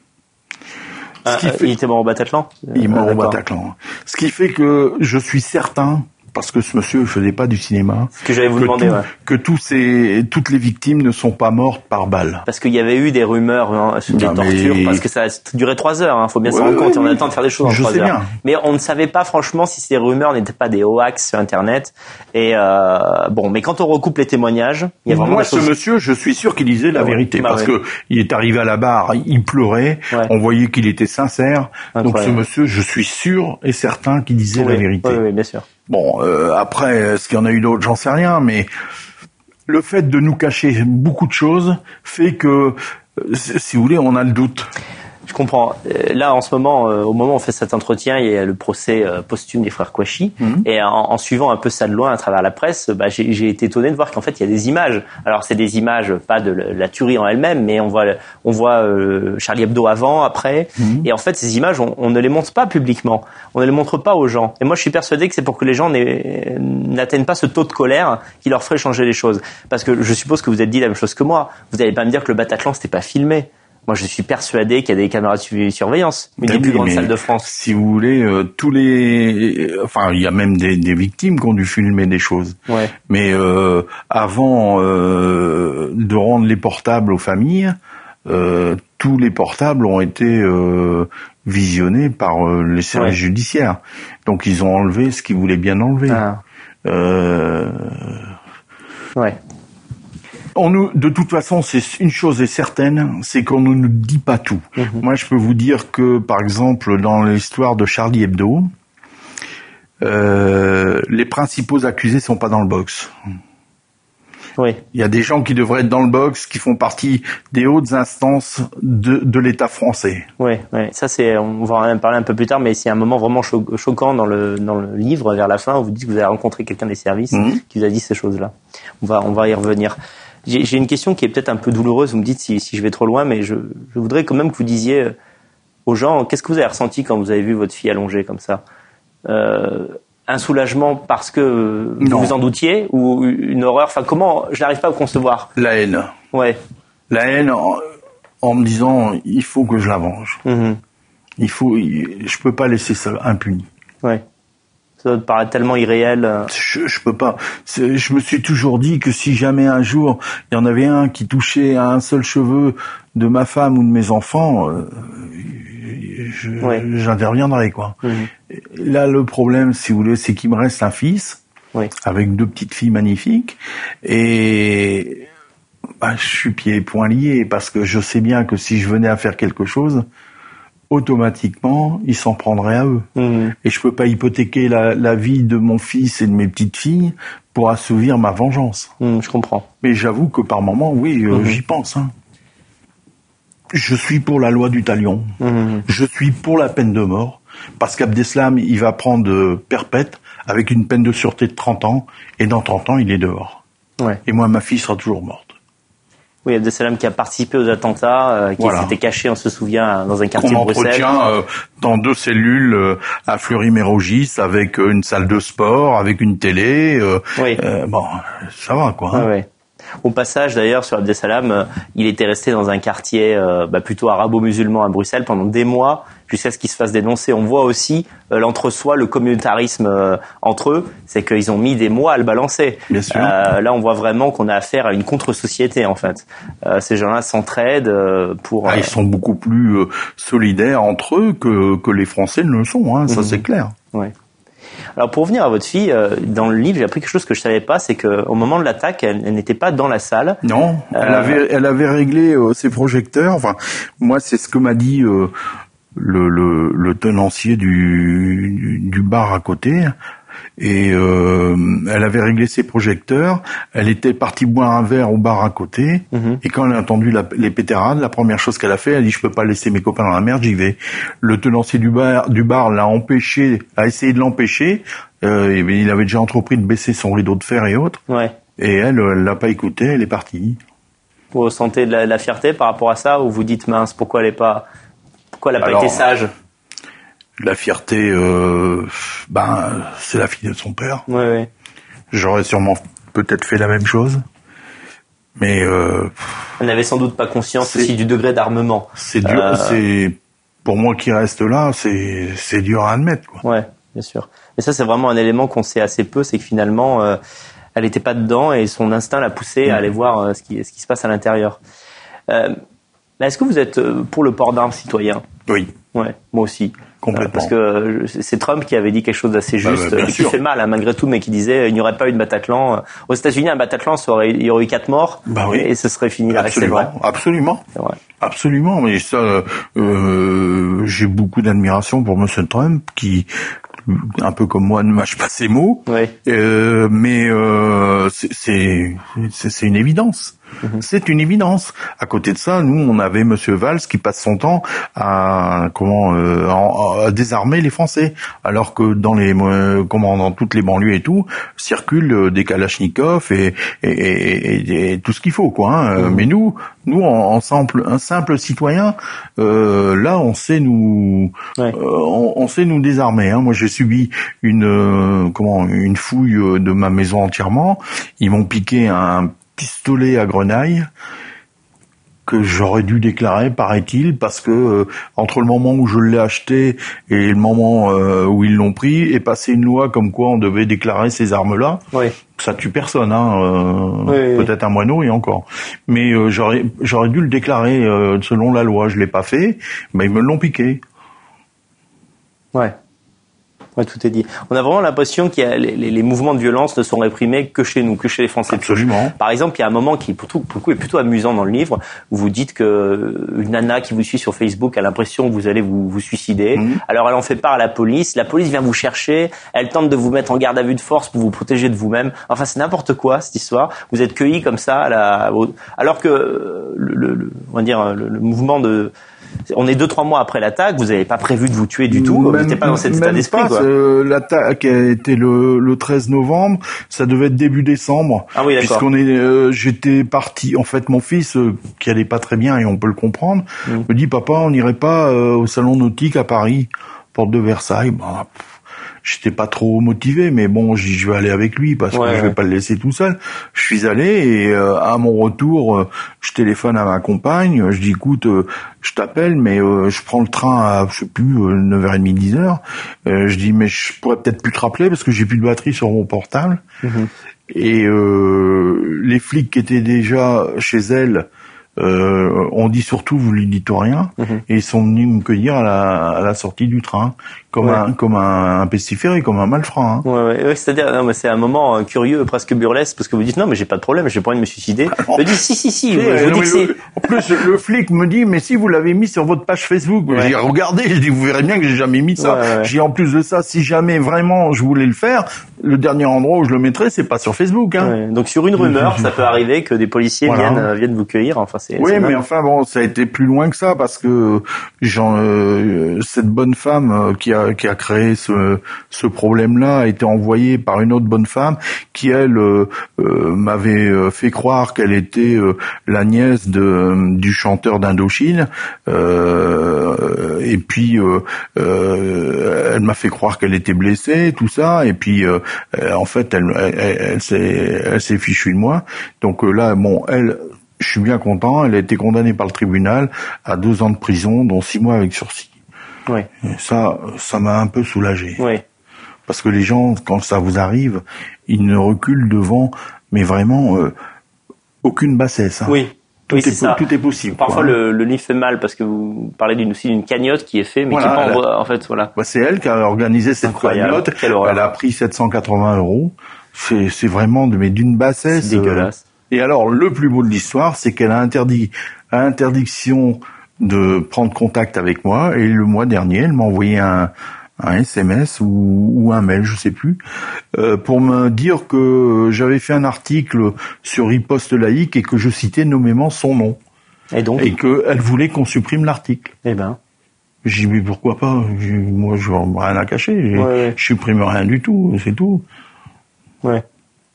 Ah, fait... Il était mort au Bataclan ? Il est mort ah, au Bataclan. Ce qui fait que je suis certain, parce que ce monsieur ne faisait pas du cinéma, ce que j'allais vous que, demander, tout, ouais. que tous ces, toutes les victimes ne sont pas mortes par balle. Parce qu'il y avait eu des rumeurs hein, sur des non, tortures, mais... parce que ça a duré trois heures, hein, faut bien ouais, se rendre compte, ouais, on a le temps de faire des choses en trois heures. Bien. Mais on ne savait pas franchement si ces rumeurs n'étaient pas des hoax sur Internet. Et euh, bon, mais quand on recoupe les témoignages, il y a vraiment Moi, des choses... ce monsieur, je suis sûr qu'il disait la ouais, vérité, bah, parce ouais. que il est arrivé à la barre, il pleurait, ouais. on voyait qu'il était sincère. Incroyable. Donc ce monsieur, je suis sûr et certain qu'il disait oui, la vérité. Oui, oui, bien sûr. Bon, euh, après, est-ce qu'il y en a eu d'autres, j'en sais rien, mais le fait de nous cacher beaucoup de choses fait que, si vous voulez, on a le doute. Je comprends. Là, en ce moment, euh, au moment où on fait cet entretien, il y a le procès euh, posthume des frères Kouachi. Mmh. Et en, en suivant un peu ça de loin à travers la presse, bah, j'ai, j'ai été étonné de voir qu'en fait, il y a des images. Alors, c'est des images, pas de la tuerie en elle-même, mais on voit, on voit euh, Charlie Hebdo avant, après. Mmh. Et en fait, ces images, on, on ne les montre pas publiquement. On ne les montre pas aux gens. Et moi, je suis persuadé que c'est pour que les gens n'atteignent pas ce taux de colère qui leur ferait changer les choses. Parce que je suppose que vous êtes dit la même chose que moi. Vous n'allez pas me dire que le Bataclan, c'était pas filmé. Moi, je suis persuadé qu'il y a des caméras de surveillance, une des oui, plus grandes salles de France. Si vous voulez, euh, tous les, enfin, il y a même des, des victimes qui ont dû filmer des choses. Ouais. Mais euh, avant euh, de rendre les portables aux familles, euh, tous les portables ont été euh, visionnés par euh, les services ouais. judiciaires. Donc, ils ont enlevé ce qu'ils voulaient bien enlever. Ah. Euh... Ouais. On nous, de toute façon, c'est une chose est certaine, c'est qu'on ne nous dit pas tout. Mmh. Moi, je peux vous dire que, par exemple, dans l'histoire de Charlie Hebdo, euh, les principaux accusés sont pas dans le box. Oui. Il y a des gens qui devraient être dans le box, qui font partie des hautes instances de, de l'État français. Oui, oui. Ça c'est, on va en parler un peu plus tard, mais c'est un moment vraiment cho- choquant dans le dans le livre vers la fin où vous dites que vous avez rencontré quelqu'un des services mmh. qui vous a dit ces choses-là. On va on va y revenir. J'ai, j'ai une question qui est peut-être un peu douloureuse. Vous me dites si si je vais trop loin, mais je je voudrais quand même que vous disiez aux gens qu'est-ce que vous avez ressenti quand vous avez vu votre fille allongée comme ça. Euh, un soulagement parce que non. vous vous en doutiez ou une horreur, enfin comment, je n'arrive pas à concevoir. La haine. Ouais. La haine en, en me disant il faut que je la venge. Mmh. Il faut, je peux pas laisser ça impuni. Ouais. Ça doit te paraître tellement irréel. Je, je peux pas. C'est, je me suis toujours dit que si jamais un jour il y en avait un qui touchait à un seul cheveu de ma femme ou de mes enfants, euh, je, ouais. j'interviendrai quoi. Mmh. Là, le problème, si vous voulez, c'est qu'il me reste un fils oui. avec deux petites filles magnifiques et bah, je suis pieds et poings liés parce que je sais bien que si je venais à faire quelque chose, automatiquement, ils s'en prendraient à eux. Mmh. Et je peux pas hypothéquer la, la vie de mon fils et de mes petites filles pour assouvir ma vengeance. Mmh, je comprends. Mais j'avoue que par moment, oui, euh, mmh. j'y pense. Hein. Je suis pour la loi du talion. Mmh. Je suis pour la peine de mort. Parce qu'Abdeslam, il va prendre perpète avec une peine de sûreté de trente ans. Et dans trente ans, il est dehors. Ouais. Et moi, ma fille sera toujours morte. Oui, Abdeslam qui a participé aux attentats, euh, qui voilà. s'était caché, on se souvient, dans un quartier Qu'on de Bruxelles. entretient euh, dans deux cellules euh, à Fleury-Mérogis avec euh, une salle de sport, avec une télé. Euh, oui. euh, bon, ça va quoi. Hein. Ouais, ouais. Au passage, d'ailleurs, sur Abdeslam, euh, il était resté dans un quartier euh, bah, plutôt arabo-musulman à Bruxelles pendant des mois, jusqu'à ce qu'il se fasse dénoncer. On voit aussi euh, l'entre-soi, le communautarisme euh, entre eux, c'est qu'ils ont mis des mois à le balancer. Bien sûr. Euh, là, on voit vraiment qu'on a affaire à une contre-société, en fait. Euh, ces gens-là s'entraident euh, pour... Ah, ils sont beaucoup plus euh, solidaires entre eux que, que les Français ne le sont, hein, ça mmh. c'est clair. Ouais. Alors pour revenir à votre fille, euh, dans le livre, j'ai appris quelque chose que je savais pas, c'est que au moment de l'attaque, elle, elle n'était pas dans la salle. Non, elle euh... avait, elle avait réglé euh, ses projecteurs. Enfin, moi, c'est ce que m'a dit euh, le, le, le tenancier du, du, du bar à côté. Et euh, elle avait réglé ses projecteurs, elle était partie boire un verre au bar à côté, mmh. et quand elle a entendu la, les pétarades, la première chose qu'elle a fait, elle a dit « je peux pas laisser mes copains dans la merde, j'y vais ». Le tenancier du bar, du bar l'a empêché, a essayé de l'empêcher, euh, et il avait déjà entrepris de baisser son rideau de fer et autres, ouais. et elle, elle l'a pas écouté, elle est partie. Vous ressentez de la, de la fierté par rapport à ça, ou vous dites « mince, pourquoi elle est pas, pourquoi elle a pas Alors, été sage ?» La fierté, euh, ben, c'est la fille de son père. Oui, oui. J'aurais sûrement peut-être fait la même chose, mais euh, elle n'avait sans doute pas conscience aussi du degré d'armement. C'est dur. Euh... C'est pour moi qui reste là, c'est c'est dur à admettre, quoi. Ouais, bien sûr. Mais ça, c'est vraiment un élément qu'on sait assez peu, c'est que finalement, euh, elle n'était pas dedans et son instinct l'a poussée mmh. à aller voir euh, ce qui ce qui se passe à l'intérieur. Euh, là, est-ce que vous êtes pour le port d'armes citoyen ? Oui. Ouais, moi aussi. Complètement. Parce que c'est Trump qui avait dit quelque chose d'assez juste, bah, bah, qui sûr. fait mal hein, malgré tout, mais qui disait il n'y aurait pas eu de Bataclan. Aux États-Unis, un Bataclan, ça aurait, il y aurait eu quatre morts, bah, oui. et ce serait fini là. Absolument, c'est vrai. absolument, c'est vrai. Absolument. Mais ça, euh, j'ai beaucoup d'admiration pour Monsieur Trump, qui, un peu comme moi, ne mâche pas ses mots. Oui. Euh, mais euh, c'est, c'est, c'est, c'est une évidence. Mmh. C'est une évidence. À côté de ça, nous, on avait Monsieur Valls qui passe son temps à comment euh, à, à désarmer les Français, alors que dans les euh, comment dans toutes les banlieues et tout circulent des kalachnikovs et et, et, et, et tout ce qu'il faut, quoi. Hein. Mmh. Mais nous, nous, en, en simple, un simple citoyen, euh, là, on sait nous, ouais. euh, on, on sait nous désarmer. Hein. Moi, j'ai subi une euh, comment une fouille de ma maison entièrement. Ils m'ont piqué un pistolet à grenaille que j'aurais dû déclarer, paraît-il, parce que euh, entre le moment où je l'ai acheté et le moment euh, où ils l'ont pris, est passée une loi comme quoi on devait déclarer ces armes-là. Oui. Ça tue personne, hein. Euh, oui, oui. Peut-être un moineau et encore. Mais euh, j'aurais j'aurais dû le déclarer euh, selon la loi. Je l'ai pas fait, mais ils me l'ont piqué. Ouais. Ouais, tout est dit. On a vraiment l'impression qu'il y a les, les, les mouvements de violence ne sont réprimés que chez nous, que chez les Français. Absolument. Par exemple, il y a un moment qui, pour, tout, pour le coup, est plutôt amusant dans le livre, où vous dites que une nana qui vous suit sur Facebook a l'impression que vous allez vous, vous suicider. Mmh. Alors, elle en fait part à la police. La police vient vous chercher. Elle tente de vous mettre en garde à vue de force pour vous protéger de vous-même. Enfin, c'est n'importe quoi, cette histoire. Vous êtes cueillis comme ça, à la, au, alors que le, le, le, on va dire, le, le mouvement de on est deux trois mois après l'attaque, vous n'avez pas prévu de vous tuer du tout, même, vous n'étiez pas dans cet état d'esprit. Quoi. Euh, l'attaque a été le, le treize novembre, ça devait être début décembre. Ah oui, d'accord. Puisqu'on est, euh, j'étais parti. En fait, mon fils, euh, qui allait pas très bien et on peut le comprendre, mmh. me dit papa, on n'irait pas euh, au salon nautique à Paris, porte de Versailles. Bah, pff, j'étais pas trop motivé, mais bon, je dis je vais aller avec lui parce ouais, que je vais ouais. pas le laisser tout seul. Je suis allé et euh, à mon retour, euh, je téléphone à ma compagne, je dis écoute, euh, je t'appelle, mais euh, je prends le train à je sais plus euh, neuf heures trente, dix heures. Euh, je dis mais je pourrais peut-être plus te rappeler parce que j'ai plus de batterie sur mon portable. Mm-hmm. Et euh, les flics qui étaient déjà chez elle. Euh, on dit surtout vous lui dites rien mmh. et ils sont venus me cueillir à la, à la sortie du train comme ouais. un comme un, un pestiféré, comme un malfrat. Hein. Ouais, ouais, ouais, c'est-à-dire non mais c'est un moment euh, curieux, presque burlesque parce que vous dites non mais j'ai pas de problème, j'ai pas envie de me suicider. Je me dis si si si. Oui, je vous dis que c'est... Le, en plus le flic me dit mais si vous l'avez mis sur votre page Facebook, ouais. j'ai regardé, je dis vous verrez bien que j'ai jamais mis ça. Ouais, ouais. J'ai en plus de ça si jamais vraiment je voulais le faire, le dernier endroit où je le mettrais c'est pas sur Facebook. Hein. Ouais. Donc sur une rumeur ça peut arriver que des policiers voilà. viennent euh, viennent vous cueillir. Enfin c'est. Oui c'est mais mal. enfin bon ça a été plus loin que ça parce que genre euh, cette bonne femme euh, qui a qui a créé ce ce problème-là a été envoyée par une autre bonne femme qui elle euh, euh, m'avait fait croire qu'elle était euh, la nièce de du chanteur d'Indochine euh, et puis euh, euh, elle m'a fait croire qu'elle était blessée tout ça et puis euh, en fait elle elle, elle, elle s'est elle s'est fichue de moi donc euh, là bon elle je suis bien content, elle a été condamnée par le tribunal à deux ans de prison dont six mois avec sursis. Oui. Et ça ça m'a un peu soulagé. Oui. Parce que les gens, quand ça vous arrive, ils ne reculent devant, mais vraiment, euh, aucune bassesse. Hein. Oui. Tout, oui, est, c'est ça. tout est possible. Parfois, quoi, le, le livre fait mal parce que vous parlez d'une, aussi d'une cagnotte qui est faite, mais voilà, qui est pas a, en, en fait, voilà. Bah, c'est elle qui a organisé cette incroyable. cagnotte. Elle a pris sept cent quatre-vingts euros. C'est, c'est vraiment de, mais d'une bassesse. C'est dégueulasse. Euh, et alors, le plus beau de l'histoire, c'est qu'elle a interdit, a interdiction de prendre contact avec moi. Et le mois dernier, elle m'a envoyé un, un S M S ou, ou un mail, je sais plus, euh, pour me dire que j'avais fait un article sur Riposte laïque et que je citais nommément son nom. Et donc? Et qu'elle voulait qu'on supprime l'article. Eh ben. J'ai dit, mais pourquoi pas? J'ai, moi, je n'ai rien à cacher. Ouais, ouais. Je supprime rien du tout, c'est tout. Ouais.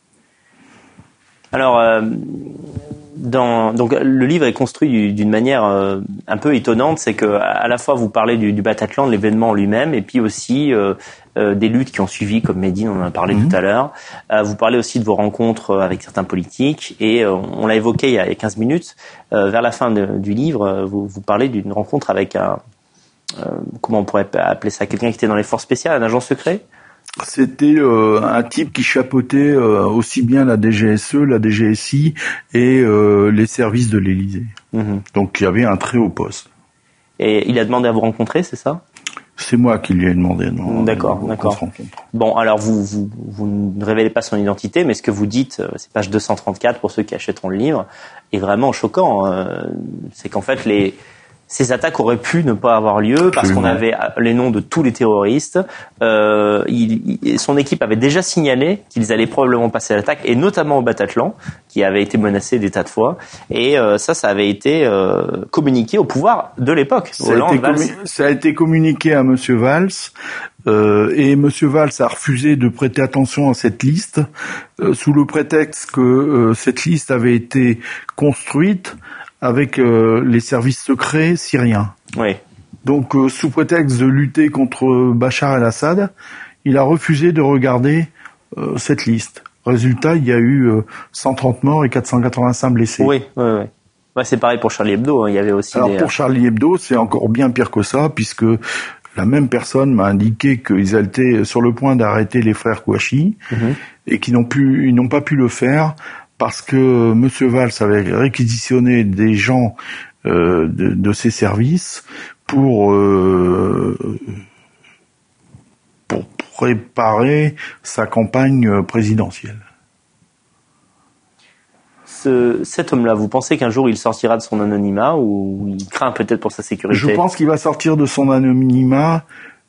Alors, euh, dans, donc le livre est construit d'une manière euh, un peu étonnante, c'est que à la fois vous parlez du, du Bataclan, de l'événement en lui-même, et puis aussi euh, euh, des luttes qui ont suivi, comme Médine, on en a parlé mmh. tout à l'heure. Euh, vous parlez aussi de vos rencontres avec certains politiques, et euh, on l'a évoqué il y a quinze minutes. Euh, vers la fin de, du livre, vous, vous parlez d'une rencontre avec un, euh, comment on pourrait appeler ça, quelqu'un qui était dans les forces spéciales, un agent secret. C'était euh, un type qui chapeautait euh, aussi bien la D G S E, la D G S I et euh, les services de l'Élysée. Mmh. Donc il y avait un très haut poste. Et il a demandé à vous rencontrer, c'est ça ? C'est moi qui lui ai demandé. Non, d'accord, euh, d'accord. Bon, alors vous, vous vous ne révélez pas son identité, mais ce que vous dites, c'est page deux cent trente-quatre pour ceux qui achèteront le livre, est vraiment choquant. Euh, c'est qu'en fait les Ces attaques auraient pu ne pas avoir lieu parce qu'on avait les noms de tous les terroristes. Euh, il, il, son équipe avait déjà signalé qu'ils allaient probablement passer à l'attaque, et notamment au Bataclan, qui avait été menacé des tas de fois. Et euh, ça, ça avait été euh, communiqué au pouvoir de l'époque. Ça, Hollande, a été commu- ça a été communiqué à Monsieur Valls. Euh, et Monsieur Valls a refusé de prêter attention à cette liste euh, sous le prétexte que euh, cette liste avait été construite avec euh, les services secrets syriens. Oui. Donc, euh, sous prétexte de lutter contre Bachar el-Assad, il a refusé de regarder euh, cette liste. Résultat, il y a eu euh, cent trente morts et quatre cent quatre-vingt-cinq blessés. Oui, oui, oui. Ouais, c'est pareil pour Charlie Hebdo. Hein. Il y avait aussi. Alors des... pour Charlie Hebdo, c'est encore bien pire que ça, puisque la même personne m'a indiqué qu'ils étaient sur le point d'arrêter les frères Kouachi mm-hmm. et qu'ils n'ont pu, ils n'ont pas pu le faire. Parce que Monsieur Valls avait réquisitionné des gens euh, de, de ses services pour, euh, pour, pour préparer sa campagne présidentielle. Ce, cet homme-là, vous pensez qu'un jour il sortira de son anonymat ou il craint peut-être pour sa sécurité? Je pense qu'il va sortir de son anonymat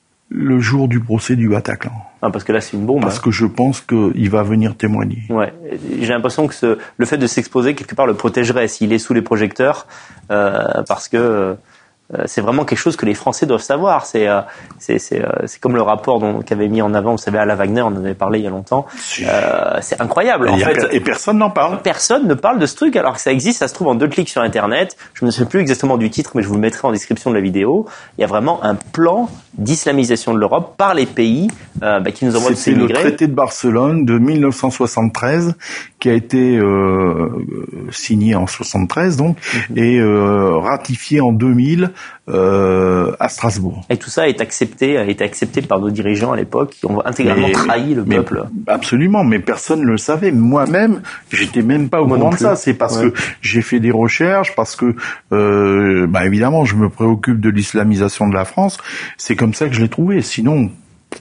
le jour du procès du Bataclan. Ah, parce que là c'est une bombe. Parce hein. que je pense qu'il va venir témoigner. Ouais, j'ai l'impression que ce, le fait de s'exposer quelque part le protégerait s'il est sous les projecteurs, euh, parce que euh, c'est vraiment quelque chose que les Français doivent savoir. C'est euh, c'est c'est, euh, c'est comme le rapport dont qu'avait mis en avant, vous savez, Alain Wagner, on en avait parlé il y a longtemps. Euh, c'est incroyable. Et, en fait, per- et personne n'en parle. Personne ne parle de ce truc alors que ça existe. Ça se trouve en deux clics sur Internet. Je ne sais plus exactement du titre, mais je vous le mettrai en description de la vidéo. Il y a vraiment un plan d'islamisation de l'Europe par les pays euh, bah, qui nous envoient de ces immigrés. C'est le traité de Barcelone de mille neuf cent soixante-treize qui a été euh, signé en soixante-treize donc mm-hmm. et euh, ratifié en deux mille euh, à Strasbourg. Et tout ça est accepté, a été accepté par nos dirigeants à l'époque qui ont intégralement mais, trahi le mais, peuple. Absolument, mais personne ne le savait. Moi-même, j'étais même pas au courant de ça. C'est parce ouais. que j'ai fait des recherches, parce que euh, bah évidemment, je me préoccupe de l'islamisation de la France. C'est comme ça que je l'ai trouvé. Sinon,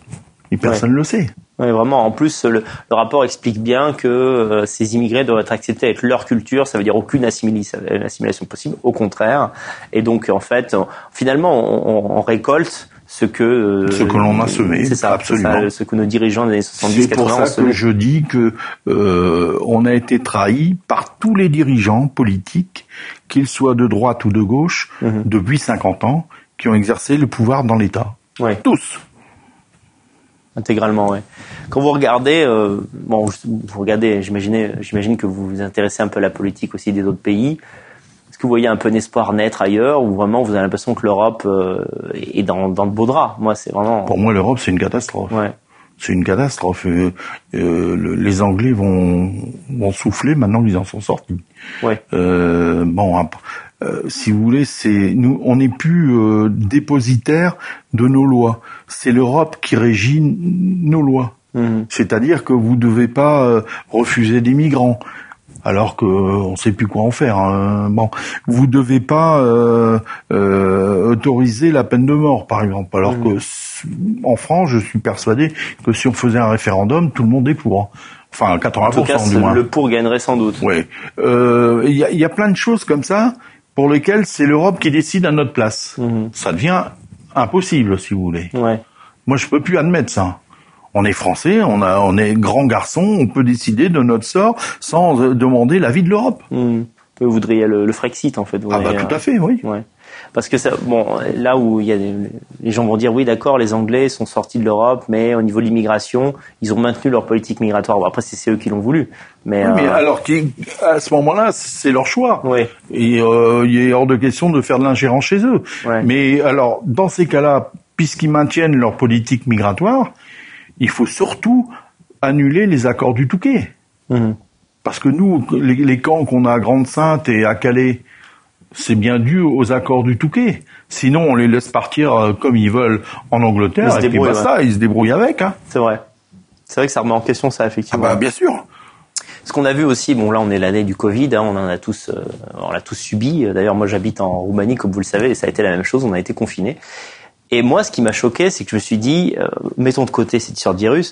et personne ne ouais. le sait. Oui, vraiment. En plus, le, le rapport explique bien que euh, ces immigrés doivent être acceptés avec leur culture. Ça veut dire aucune assimilation, assimilation possible. Au contraire. Et donc, en fait, on, finalement, on, on récolte ce que euh, ce que l'on a semé. C'est ça, absolument. C'est ça, ce que nos dirigeants des années soixante-dix quatre-vingts ont semé. C'est pour ça que je dis que euh, on a été trahi par tous les dirigeants politiques, qu'ils soient de droite ou de gauche, mm-hmm. depuis cinquante ans, qui ont exercé le pouvoir dans l'État. Ouais. Tous. Intégralement, oui. Quand vous regardez, euh, bon, vous regardez, j'imagine, j'imagine que vous vous intéressez un peu à la politique aussi des autres pays. Est-ce que vous voyez un peu un espoir naître ailleurs, ou vraiment vous avez l'impression que l'Europe euh, est dans, dans de beaux draps? Moi, c'est vraiment. Pour moi, l'Europe, c'est une catastrophe. Ouais. C'est une catastrophe. Euh, euh, le, les Anglais vont, vont souffler maintenant qu'ils en sont sortis. Ouais. Euh, bon. Euh, si vous voulez, c'est nous, on n'est plus euh, dépositaire de nos lois. C'est l'Europe qui régit nos lois. Mmh. C'est-à-dire que vous devez pas euh, refuser des migrants, alors que euh, on sait plus quoi en faire. Hein. Bon, vous devez pas euh, euh, autoriser la peine de mort, par exemple, alors mmh. que en France, je suis persuadé que si on faisait un référendum, tout le monde est pour. Enfin, quatre-vingts pour cent en tout cas, du moins. Le pour gagnerait sans doute. Oui. Il euh, y, a, y a plein de choses comme ça pour lesquelles c'est l'Europe qui décide à notre place. Mmh. Ça devient impossible, si vous voulez. Ouais. Moi, je peux plus admettre ça. On est français, on a, on est grand garçon, on peut décider de notre sort sans euh, demander l'avis de l'Europe. Mmh. Vous voudriez le, le Frexit, en fait. Vous ah bah voudriez, tout à fait, oui. Ouais. Parce que ça, bon, là où il y a des, les gens vont dire oui, d'accord, les Anglais sont sortis de l'Europe, mais au niveau de l'immigration, ils ont maintenu leur politique migratoire. Bon, après, c'est, c'est eux qui l'ont voulu. Mais, oui, mais euh... alors à ce moment-là, c'est leur choix. Oui. Et euh, il est hors de question de faire de l'ingérence chez eux. Ouais. Mais alors, dans ces cas-là, puisqu'ils maintiennent leur politique migratoire, il faut surtout annuler les accords du Touquet. Mmh. Parce que nous, les, les camps qu'on a à Grande-Synthe et à Calais, c'est bien dû aux accords du Touquet. Sinon, on les laisse partir comme ils veulent en Angleterre, et puis bah, ça, ils se débrouillent avec. Hein. C'est vrai. C'est vrai que ça remet en question ça, effectivement. Ah bah, bien sûr. Ce qu'on a vu aussi, bon là on est l'année du Covid, hein, on en a tous, euh, on l'a tous subi. D'ailleurs, moi j'habite en Roumanie, comme vous le savez, et ça a été la même chose, on a été confinés. Et moi, ce qui m'a choqué, c'est que je me suis dit, euh, mettons de côté cette histoire de virus,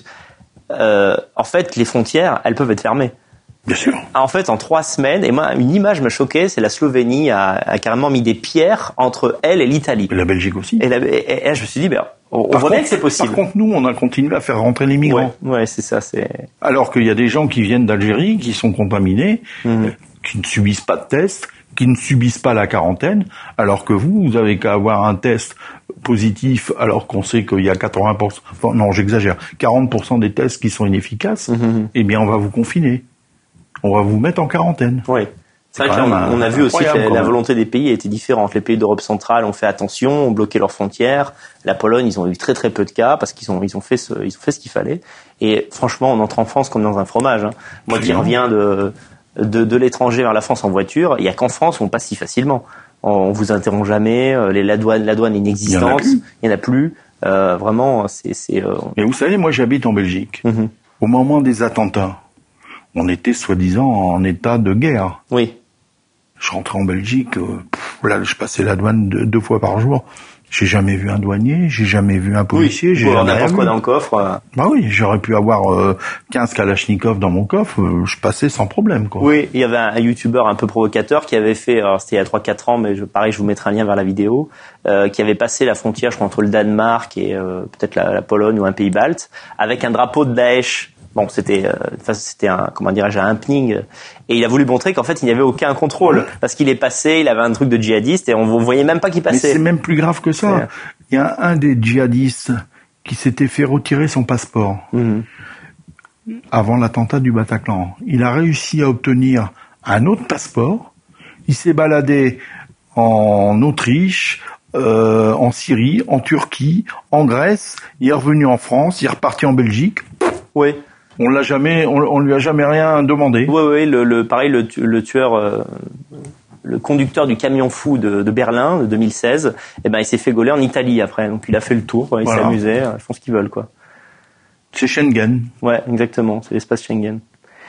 euh, en fait, les frontières, elles peuvent être fermées. Bien sûr. En fait, en trois semaines, et moi, une image m'a choqué, c'est la Slovénie a, a carrément mis des pierres entre elle et l'Italie. Et la Belgique aussi. Et, la, et, et je me suis dit, ben, on, on voit bien que c'est possible. Par contre, nous, on a continué à faire rentrer les migrants. Ouais, ouais c'est ça. C'est. Alors qu'il y a des gens qui viennent d'Algérie, qui sont contaminés, mmh. qui ne subissent pas de test, qui ne subissent pas la quarantaine, alors que vous, vous avez qu'à avoir un test positif, alors qu'on sait qu'il y a quatre-vingts pour cent, enfin, non, j'exagère, quarante pour cent des tests qui sont inefficaces, mmh. eh bien, on va vous confiner. On va vous mettre en quarantaine. Oui. C'est, c'est vrai qu'on on a vu aussi que la, la volonté des pays était différente. Les pays d'Europe centrale ont fait attention, ont bloqué leurs frontières. La Pologne, ils ont eu très très peu de cas parce qu'ils ont ils ont fait ce, ils ont fait ce qu'il fallait. Et franchement, on entre en France comme dans un fromage. Hein. Moi qui reviens de, de de l'étranger vers la France en voiture, il y a qu'en France où on passe si facilement. On, on vous interrompt jamais. Les, la douane, la douane est inexistante. Il y en a plus. Euh, vraiment, c'est c'est. Euh... Mais vous savez, moi j'habite en Belgique. Mm-hmm. Au moment des attentats, on était soi-disant en état de guerre. Oui. Je rentrais en Belgique, euh, pff, là, je passais la douane deux, deux fois par jour. J'ai jamais vu un douanier, j'ai jamais vu un policier, oui, j'ai jamais n'importe quoi vu. dans le coffre. Euh... Bah oui, j'aurais pu avoir euh, quinze Kalachnikov dans mon coffre, euh, je passais sans problème, quoi. Oui, il y avait un, un youtubeur un peu provocateur qui avait fait, alors c'était il y a trois quatre ans, mais je, pareil, je vous mettrai un lien vers la vidéo, euh, qui avait passé la frontière, je crois, entre le Danemark et euh, peut-être la, la Pologne ou un pays balte, avec un drapeau de Daesh. Bon, c'était, euh, c'était un, comment dirais-je, un happening. Et il a voulu montrer qu'en fait, il n'y avait aucun contrôle. Parce qu'il est passé, il avait un truc de djihadiste et on ne voyait même pas qu'il passait. Mais c'est même plus grave que ça. Ouais. Il y a un des djihadistes qui s'était fait retirer son passeport mmh. avant l'attentat du Bataclan. Il a réussi à obtenir un autre passeport. Il s'est baladé en Autriche, euh, en Syrie, en Turquie, en Grèce. Il est revenu en France, il est reparti en Belgique. Oui. On l'a jamais, on, on lui a jamais rien demandé. Oui, oui, le, le pareil, le, le tueur, euh, le conducteur du camion fou de, de Berlin de deux mille seize, eh ben il s'est fait gauler en Italie après, donc il a fait le tour, il voilà. s'est amusé, ils font ce qu'ils veulent, quoi. C'est Schengen. Ouais, exactement, c'est l'espace Schengen.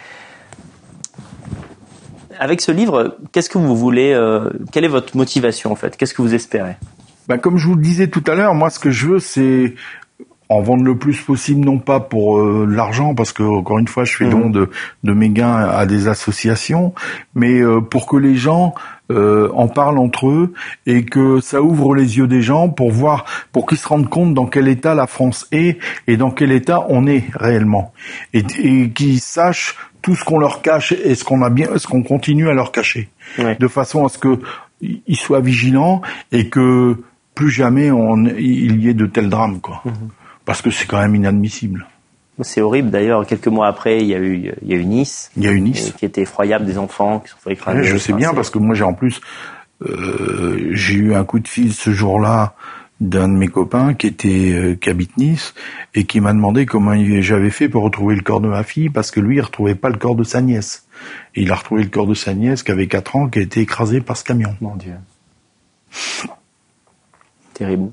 Avec ce livre, qu'est-ce que vous voulez, euh, quelle est votre motivation en fait? Qu'est-ce que vous espérez? Ben, comme je vous le disais tout à l'heure, moi ce que je veux c'est en vendre le plus possible, non pas pour euh, l'argent, parce que encore une fois, je fais mmh. don de, de mes gains à des associations, mais euh, pour que les gens euh, en parlent entre eux et que ça ouvre les yeux des gens pour voir, pour qu'ils se rendent compte dans quel état la France est et dans quel état on est réellement, et, et qu'ils sachent tout ce qu'on leur cache et ce qu'on a bien, ce qu'on continue à leur cacher, ouais. de façon à ce que ils soient vigilants et que plus jamais on, il y ait de tels drames, quoi. Mmh. Parce que c'est quand même inadmissible. C'est horrible. D'ailleurs, quelques mois après, il y a eu, il y a eu Nice. Il y a eu Nice. Qui était effroyable, des enfants qui sont fait écraser. Ouais, je sais bien, parce que moi, j'ai en plus, euh, j'ai eu un coup de fil ce jour-là d'un de mes copains qui était, euh, qui habite Nice et qui m'a demandé comment j'avais fait pour retrouver le corps de ma fille, parce que lui, il retrouvait pas le corps de sa nièce. Et il a retrouvé le corps de sa nièce qui avait quatre ans, qui a été écrasé par ce camion. Mon Dieu. Terrible.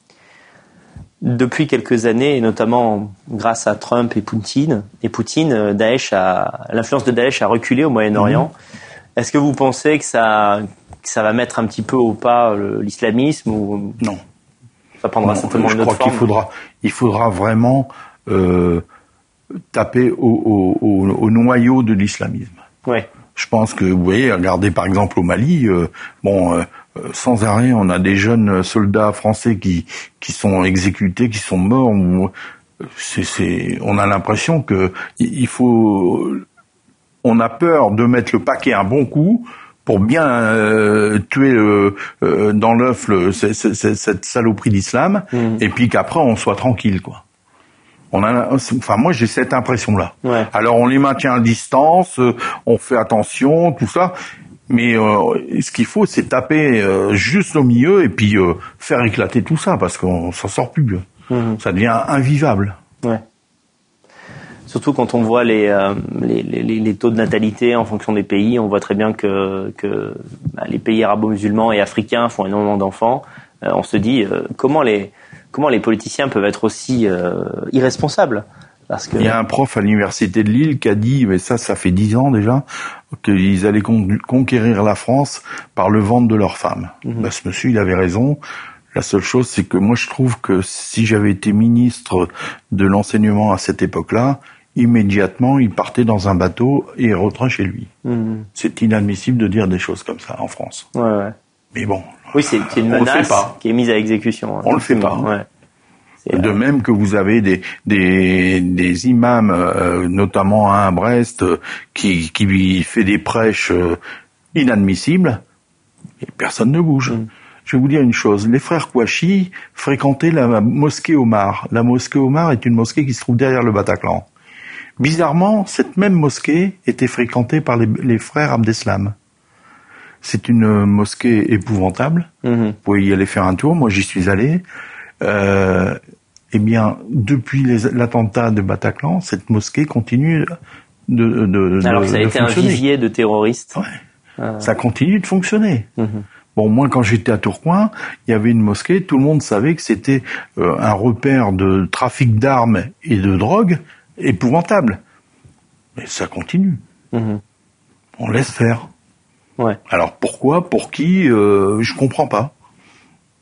Depuis quelques années, et notamment grâce à Trump et Poutine, et Poutine, Daesh a, l'influence de Daesh a reculé au Moyen-Orient. Mmh. Est-ce que vous pensez que ça, que ça va mettre un petit peu au pas l'islamisme ou non? Ça prendra non, certainement une autre forme. Je crois qu'il faudra, il faudra vraiment euh, taper au, au, au, au noyau de l'islamisme. Ouais. Je pense que, vous voyez, regardez par exemple au Mali, euh, bon, euh, sans arrêt, on a des jeunes soldats français qui qui sont exécutés, qui sont morts. C'est, c'est, on a l'impression que il faut, on a peur de mettre le paquet un bon coup pour bien euh, tuer euh, euh, dans l'œuf le, c'est, c'est, c'est, cette saloperie d'islam, mmh. et puis qu'après on soit tranquille, quoi. On a, enfin moi j'ai cette impression-là. Ouais. Alors on les maintient à distance, euh, on fait attention, tout ça, mais euh, ce qu'il faut c'est taper euh, juste au milieu et puis euh, faire éclater tout ça parce qu'on s'en sort plus. Mmh. Ça devient invivable. Ouais. Surtout quand on voit les, euh, les, les, les taux de natalité en fonction des pays, on voit très bien que, que bah, les pays arabo-musulmans et africains font énormément d'enfants. Euh, on se dit euh, comment les Comment les politiciens peuvent être aussi euh, irresponsables? Parce que... Il y a un prof à l'université de Lille qui a dit, mais ça, ça fait dix ans déjà, qu'ils allaient con- conquérir la France par le ventre de leurs femmes. Mmh. Ben, ce monsieur, il avait raison. La seule chose, c'est que moi, je trouve que si j'avais été ministre de l'enseignement à cette époque-là, immédiatement, il partait dans un bateau et rentrait chez lui. Mmh. C'est inadmissible de dire des choses comme ça en France. Ouais, ouais. Mais bon. Oui, c'est, c'est une menace qui est mise à exécution. On le fait pas. Ouais. C'est, de euh... même que vous avez des des, des imams, euh, notamment un à Brest, euh, qui qui lui fait des prêches euh, inadmissibles, et personne ne bouge. Mm. Je vais vous dire une chose, les frères Kouachi fréquentaient la mosquée Omar. La mosquée Omar est une mosquée qui se trouve derrière le Bataclan. Bizarrement, cette même mosquée était fréquentée par les, les frères Abdeslam. C'est une mosquée épouvantable. Mmh. Vous pouvez y aller faire un tour. Moi, j'y suis allé. Euh, eh bien, depuis les, l'attentat de Bataclan, cette mosquée continue de, de, Alors de, que ça a de été fonctionner. Un vivier de terroristes. Ouais. Ah. Ça continue de fonctionner. Mmh. Bon, moi, quand j'étais à Tourcoing, il y avait une mosquée. Tout le monde savait que c'était euh, un repère de trafic d'armes et de drogue épouvantable. Mais ça continue. Mmh. On laisse faire. Ouais. Alors pourquoi, pour qui, euh, je comprends pas.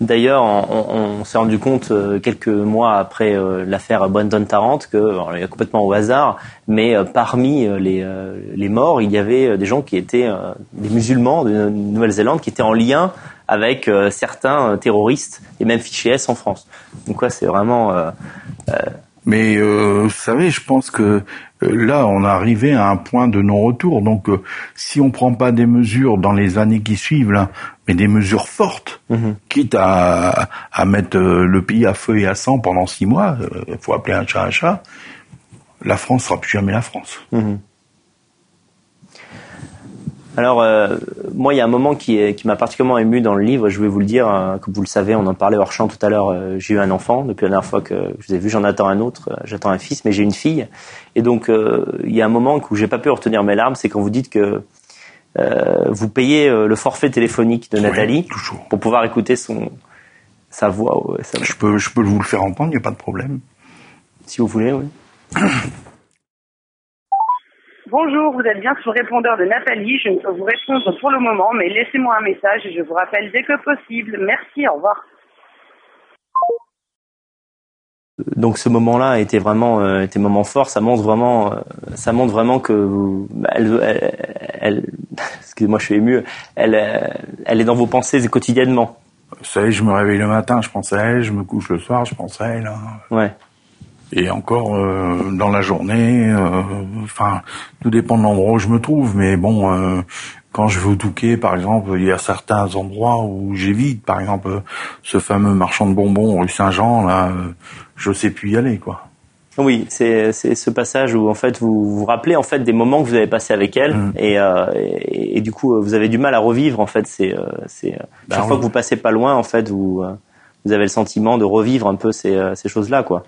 D'ailleurs, on, on s'est rendu compte euh, quelques mois après euh, l'affaire Brandon Tarrant que, alors, il y a complètement au hasard, mais euh, parmi euh, les, euh, les morts, il y avait euh, des gens qui étaient euh, des musulmans de Nouvelle-Zélande qui étaient en lien avec euh, certains euh, terroristes et même fichés S en France. Donc quoi, c'est vraiment. Euh, euh, Mais euh, vous savez, je pense que euh, là, on est arrivé à un point de non-retour. Donc, euh, si on prend pas des mesures dans les années qui suivent, là, mais des mesures fortes, mm-hmm. quitte à, à mettre euh, le pays à feu et à sang pendant six mois, il euh, faut appeler un chat un chat, la France sera plus jamais la France. Mm-hmm. Alors, euh, moi, il y a un moment qui, est, qui m'a particulièrement ému dans le livre, je vais vous le dire, euh, comme vous le savez, on en parlait hors champ tout à l'heure, euh, j'ai eu un enfant, depuis la dernière fois que je vous ai vu, j'en attends un autre, euh, j'attends un fils, mais j'ai une fille. Et donc, euh, il y a un moment où j'ai pas pu retenir mes larmes, c'est quand vous dites que euh, vous payez euh, le forfait téléphonique de Nathalie oui, pour pouvoir écouter son sa voix. Ouais, sa... Je peux, je peux vous le faire entendre, il n'y a pas de problème. Si vous voulez, oui. Bonjour, vous êtes bien sur le répondeur de Nathalie. Je ne peux vous répondre pour le moment, mais laissez-moi un message et je vous rappelle dès que possible. Merci, au revoir. Donc ce moment-là était vraiment euh, était un moment fort. Ça montre vraiment, euh, ça montre vraiment que vous, elle, elle, elle excusez-moi, je suis ému. Elle, elle est dans vos pensées quotidiennement. Vous savez, je me réveille le matin, je pense à elle. Je me couche le soir, je pense à elle. Hein. Ouais. Et encore euh, dans la journée, enfin, euh, tout dépend de l'endroit où je me trouve. Mais bon, euh, quand je vais au Touquet, par exemple, il y a certains endroits où j'évite. Par exemple, ce fameux marchand de bonbons rue Saint-Jean, là, euh, je sais plus y aller, quoi. Oui, c'est c'est ce passage où en fait vous vous rappelez en fait des moments que vous avez passés avec elle mmh. et, euh, et et du coup vous avez du mal à revivre en fait. C'est c'est bah, chaque oui. fois que vous passez pas loin en fait vous vous avez le sentiment de revivre un peu ces ces choses-là, quoi.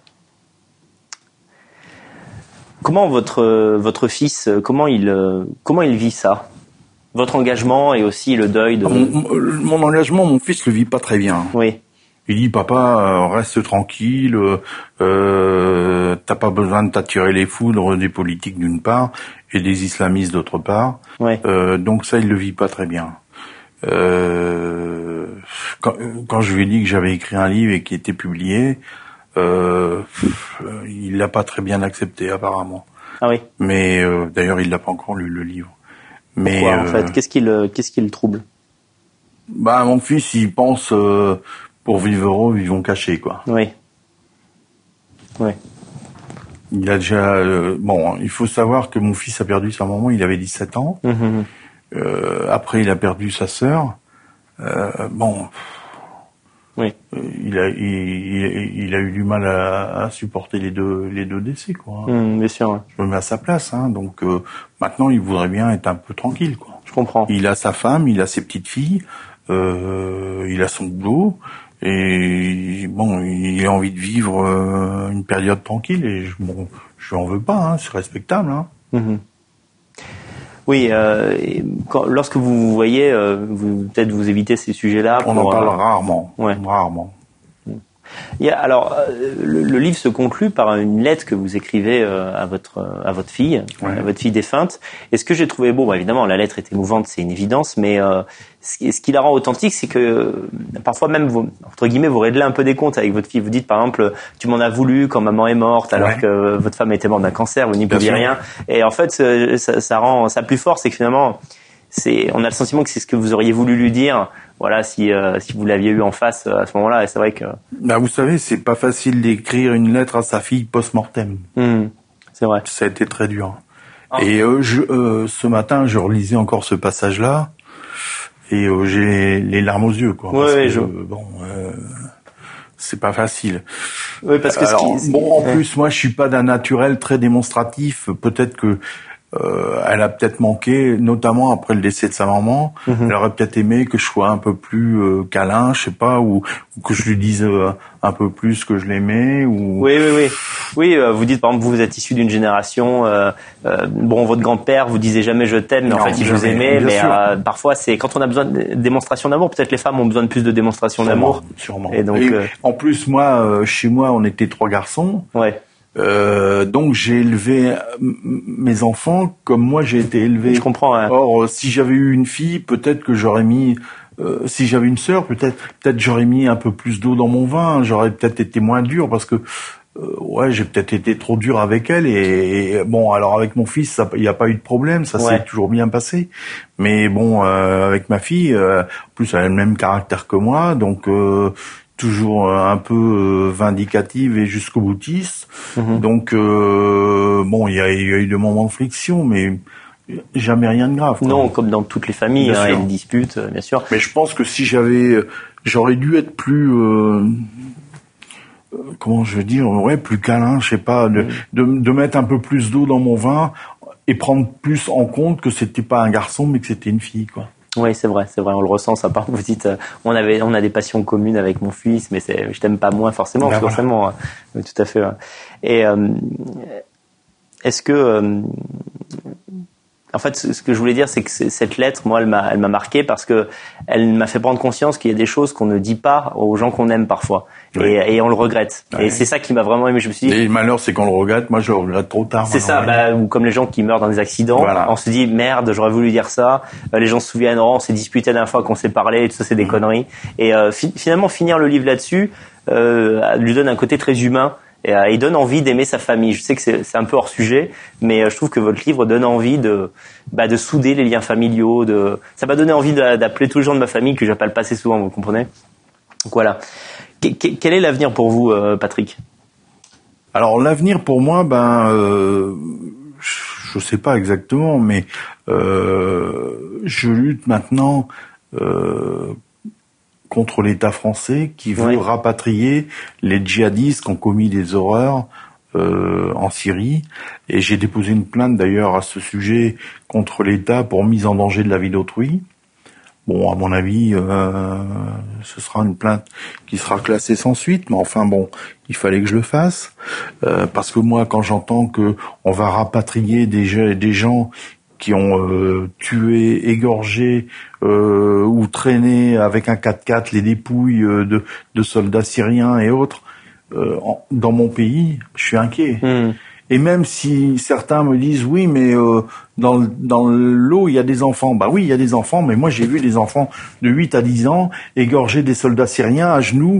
Comment votre votre fils, comment il comment il vit ça, votre engagement et aussi le deuil de mon, mon engagement, mon fils le vit pas très bien. Oui. Il dit papa, reste tranquille, euh, t'as pas besoin de t'attirer les foudres des politiques d'une part et des islamistes d'autre part. Oui. Euh, donc ça il le vit pas très bien. Euh, quand, quand je lui ai dit que j'avais écrit un livre et qui était publié. Euh, il l'a pas très bien accepté apparemment. Ah oui. Mais euh, d'ailleurs, il l'a pas encore lu le livre. Mais pourquoi, euh, en fait, qu'est-ce qui le qu'est-ce qui le trouble? Bah mon fils, il pense euh, pour vivre heureux, ils vont cacher, quoi. Oui. Oui. Il a déjà euh, bon, il faut savoir que mon fils a perdu sa maman, il avait dix-sept ans. Mmh. Euh, après, il a perdu sa sœur. Euh, bon. Oui. Il a, il, il a eu du mal à, à supporter les deux, les deux décès, quoi. Mmh, bien sûr. Ouais. Je me mets à sa place, hein. Donc euh, maintenant, il voudrait bien être un peu tranquille, quoi. Je comprends. Il a sa femme, il a ses petites filles, euh, il a son boulot, et bon, il a envie de vivre euh, une période tranquille. Et je, bon, je lui en veux pas, hein. C'est respectable, hein. Mmh. Oui, euh, quand, lorsque vous voyez, euh, vous, peut-être vous évitez ces sujets-là. On pour, en parle euh, rarement. Ouais. Rarement. Il y a, alors, euh, le, le livre se conclut par une lettre que vous écrivez euh, à votre à votre fille, ouais. à votre fille défunte. Et ce que j'ai trouvé beau, bah, évidemment, la lettre est émouvante, c'est une évidence, mais euh, ce, ce qui la rend authentique, c'est que euh, parfois même, vous, entre guillemets, vous réglez un peu des comptes avec votre fille. Vous dites, par exemple, tu m'en as voulu quand maman est morte, alors ouais. que votre femme était morte d'un cancer, vous n'y pouviez rien. Et en fait, ça, ça rend ça plus fort, c'est que finalement, c'est, on a le sentiment que c'est ce que vous auriez voulu lui dire. Voilà, si euh, si vous l'aviez eu en face euh, à ce moment-là, et c'est vrai que. Bah, vous savez, c'est pas facile d'écrire une lettre à sa fille post-mortem. Mmh, c'est vrai. Ça a été très dur. Ah. Et euh, je, euh, ce matin, je relisais encore ce passage-là, et euh, j'ai les larmes aux yeux, quoi. Ouais, parce ouais, que, je... bon, euh, c'est pas facile. Oui, parce que Alors, ce qui... bon, en ouais. plus, moi, je suis pas d'un naturel très démonstratif. Peut-être que Euh, elle a peut-être manqué, notamment après le décès de sa maman. Mm-hmm. Elle aurait peut-être aimé que je sois un peu plus euh, câlin, je sais pas, ou, ou que je lui dise euh, un peu plus que je l'aimais. Ou... Oui, oui, oui. Oui, euh, vous dites par exemple, vous, vous êtes issu d'une génération. Euh, euh, bon, votre grand-père vous disait jamais je t'aime, mais non, en fait il vous aimait. Mais euh, parfois, c'est quand on a besoin de démonstration d'amour. Peut-être les femmes ont besoin de plus de démonstration sûrement, d'amour. Sûrement. Et donc, Et euh... en plus, moi, euh, chez moi, on était trois garçons. Ouais. Euh, donc j'ai élevé mes enfants comme moi j'ai été élevé. Je comprends. Hein. Or, si j'avais eu une fille, peut-être que j'aurais mis euh, si j'avais une sœur, peut-être, peut-être j'aurais mis un peu plus d'eau dans mon vin, j'aurais peut-être été moins dur parce que euh, ouais, j'ai peut-être été trop dur avec elle et, et bon, alors avec mon fils, il n'y a pas eu de problème, ça ouais. s'est toujours bien passé. Mais bon, euh, avec ma fille, euh, en plus elle a le même caractère que moi, donc euh, toujours un peu euh, vindicative et jusqu'au boutiste. Mmh. Donc euh, bon, il y a, y a eu des moments de friction, mais jamais rien de grave. Quoi. Non, comme dans toutes les familles, hein, il y a une dispute, bien sûr. Mais je pense que si j'avais, j'aurais dû être plus, euh, comment je veux dire, ouais, plus câlin, je sais pas, de, mmh. de, de mettre un peu plus d'eau dans mon vin et prendre plus en compte que c'était pas un garçon, mais que c'était une fille, quoi. Oui, c'est vrai, c'est vrai, on le ressent, ça. Part, vous dites, euh, on avait, on a des passions communes avec mon fils, mais c'est, je t'aime pas moins forcément, ben forcément. Voilà. Oui, tout à fait. Ouais. Et euh, est-ce que euh, En fait, ce que je voulais dire, c'est que cette lettre, moi, elle m'a, elle m'a marqué parce que elle m'a fait prendre conscience qu'il y a des choses qu'on ne dit pas aux gens qu'on aime parfois, oui. et, et on le regrette. Oui. Et c'est ça qui m'a vraiment aimé. Je me suis dit. Et le malheur, c'est qu'on le regrette. Moi, je le regrette trop tard. C'est ça, bah, ou comme les gens qui meurent dans des accidents. Voilà. On se dit merde, j'aurais voulu dire ça. Les gens se souviennent, oh, on s'est disputé la dernière fois qu'on s'est parlé, et tout ça, c'est des mmh. conneries. Et euh, fi- finalement, finir le livre là-dessus euh, lui donne un côté très humain. Et euh, il donne envie d'aimer sa famille. Je sais que c'est, c'est un peu hors sujet, mais euh, je trouve que votre livre donne envie de, bah, de souder les liens familiaux. De, ça m'a donné envie de, d'appeler tous les gens de ma famille que j'appelle pas assez souvent, vous comprenez ? Donc voilà. Qu- quel est l'avenir pour vous, euh, Patrick ? Alors l'avenir pour moi, ben, euh, je sais pas exactement, mais euh, je lutte maintenant. Euh, contre l'État français qui veut oui. rapatrier les djihadistes qui ont commis des horreurs euh, en Syrie. Et j'ai déposé une plainte d'ailleurs à ce sujet contre l'État pour mise en danger de la vie d'autrui. Bon, à mon avis, euh, ce sera une plainte qui sera classée sans suite, mais enfin bon, il fallait que je le fasse. Euh, parce que moi, quand j'entends que on va rapatrier des, des gens qui ont euh, tué, égorgé euh, ou traîné avec un quatre-quatre les dépouilles euh, de, de soldats syriens et autres euh, en, dans mon pays, je suis inquiet. Mmh. Et même si certains me disent oui, mais euh, dans dans l'eau il y a des enfants. Bah oui, il y a des enfants, mais moi j'ai vu des enfants de huit à dix ans égorger des soldats syriens à genoux,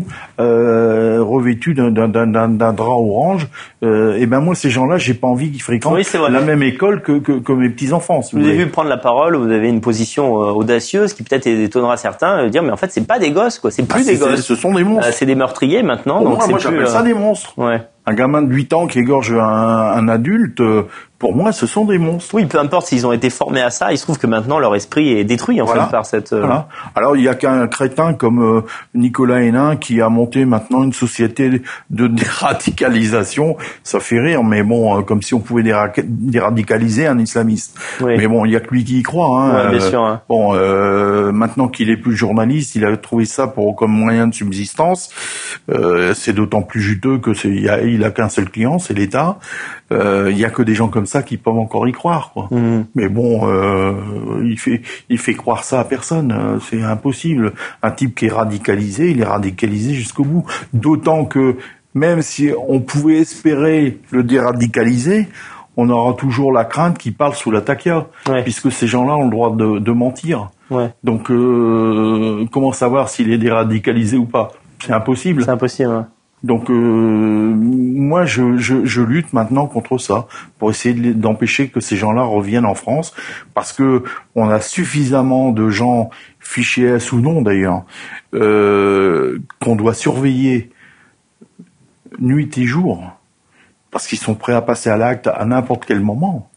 euh, revêtus d'un d'un d'un, d'un drap orange. Euh, et ben moi ces gens-là, j'ai pas envie qu'ils fréquentent oui, la même école que que, que mes petits enfants. Si vous, vous avez vu prendre la parole, vous avez une position euh, audacieuse qui peut-être étonnera certains, euh, dire mais en fait c'est pas des gosses quoi, c'est plus ah, des c'est, gosses. Ce sont des monstres. Euh, c'est des meurtriers maintenant. Pour donc moi, c'est moi plus, j'appelle euh... ça des monstres. Ouais. Un gamin de huit ans qui égorge un, un adulte, pour moi, ce sont des monstres. Oui, peu importe s'ils ont été formés à ça, il se trouve que maintenant leur esprit est détruit en voilà. fait par cette. Euh... Voilà. Alors il y a qu'un crétin comme euh, Nicolas Hénin qui a monté maintenant une société de déradicalisation. Ça fait rire, mais bon, euh, comme si on pouvait déra- déradicaliser un islamiste. Oui. Mais bon, il y a que lui qui y croit. Hein. Ouais, bien euh, sûr. Hein. Bon, euh, maintenant qu'il est plus journaliste, il a trouvé ça pour comme moyen de subsistance. Euh, c'est d'autant plus juteux que c'est il a, il a qu'un seul client, c'est l'État. Euh, il y a que des gens comme ça qui peuvent encore y croire, quoi. Mmh. Mais bon, euh, il fait, il fait croire ça à personne. C'est impossible. Un type qui est radicalisé, il est radicalisé jusqu'au bout. D'autant que même si on pouvait espérer le déradicaliser, on aura toujours la crainte qu'il parle sous la taquia, ouais. puisque ces gens-là ont le droit de, de mentir. Ouais. Donc, euh, comment savoir s'il est déradicalisé ou pas ? C'est impossible. C'est impossible. Ouais. Donc, euh, moi, je, je, je lutte maintenant contre ça pour essayer de, d'empêcher que ces gens-là reviennent en France, parce que on a suffisamment de gens fichés S ou non d'ailleurs euh, qu'on doit surveiller nuit et jour, parce qu'ils sont prêts à passer à l'acte à n'importe quel moment.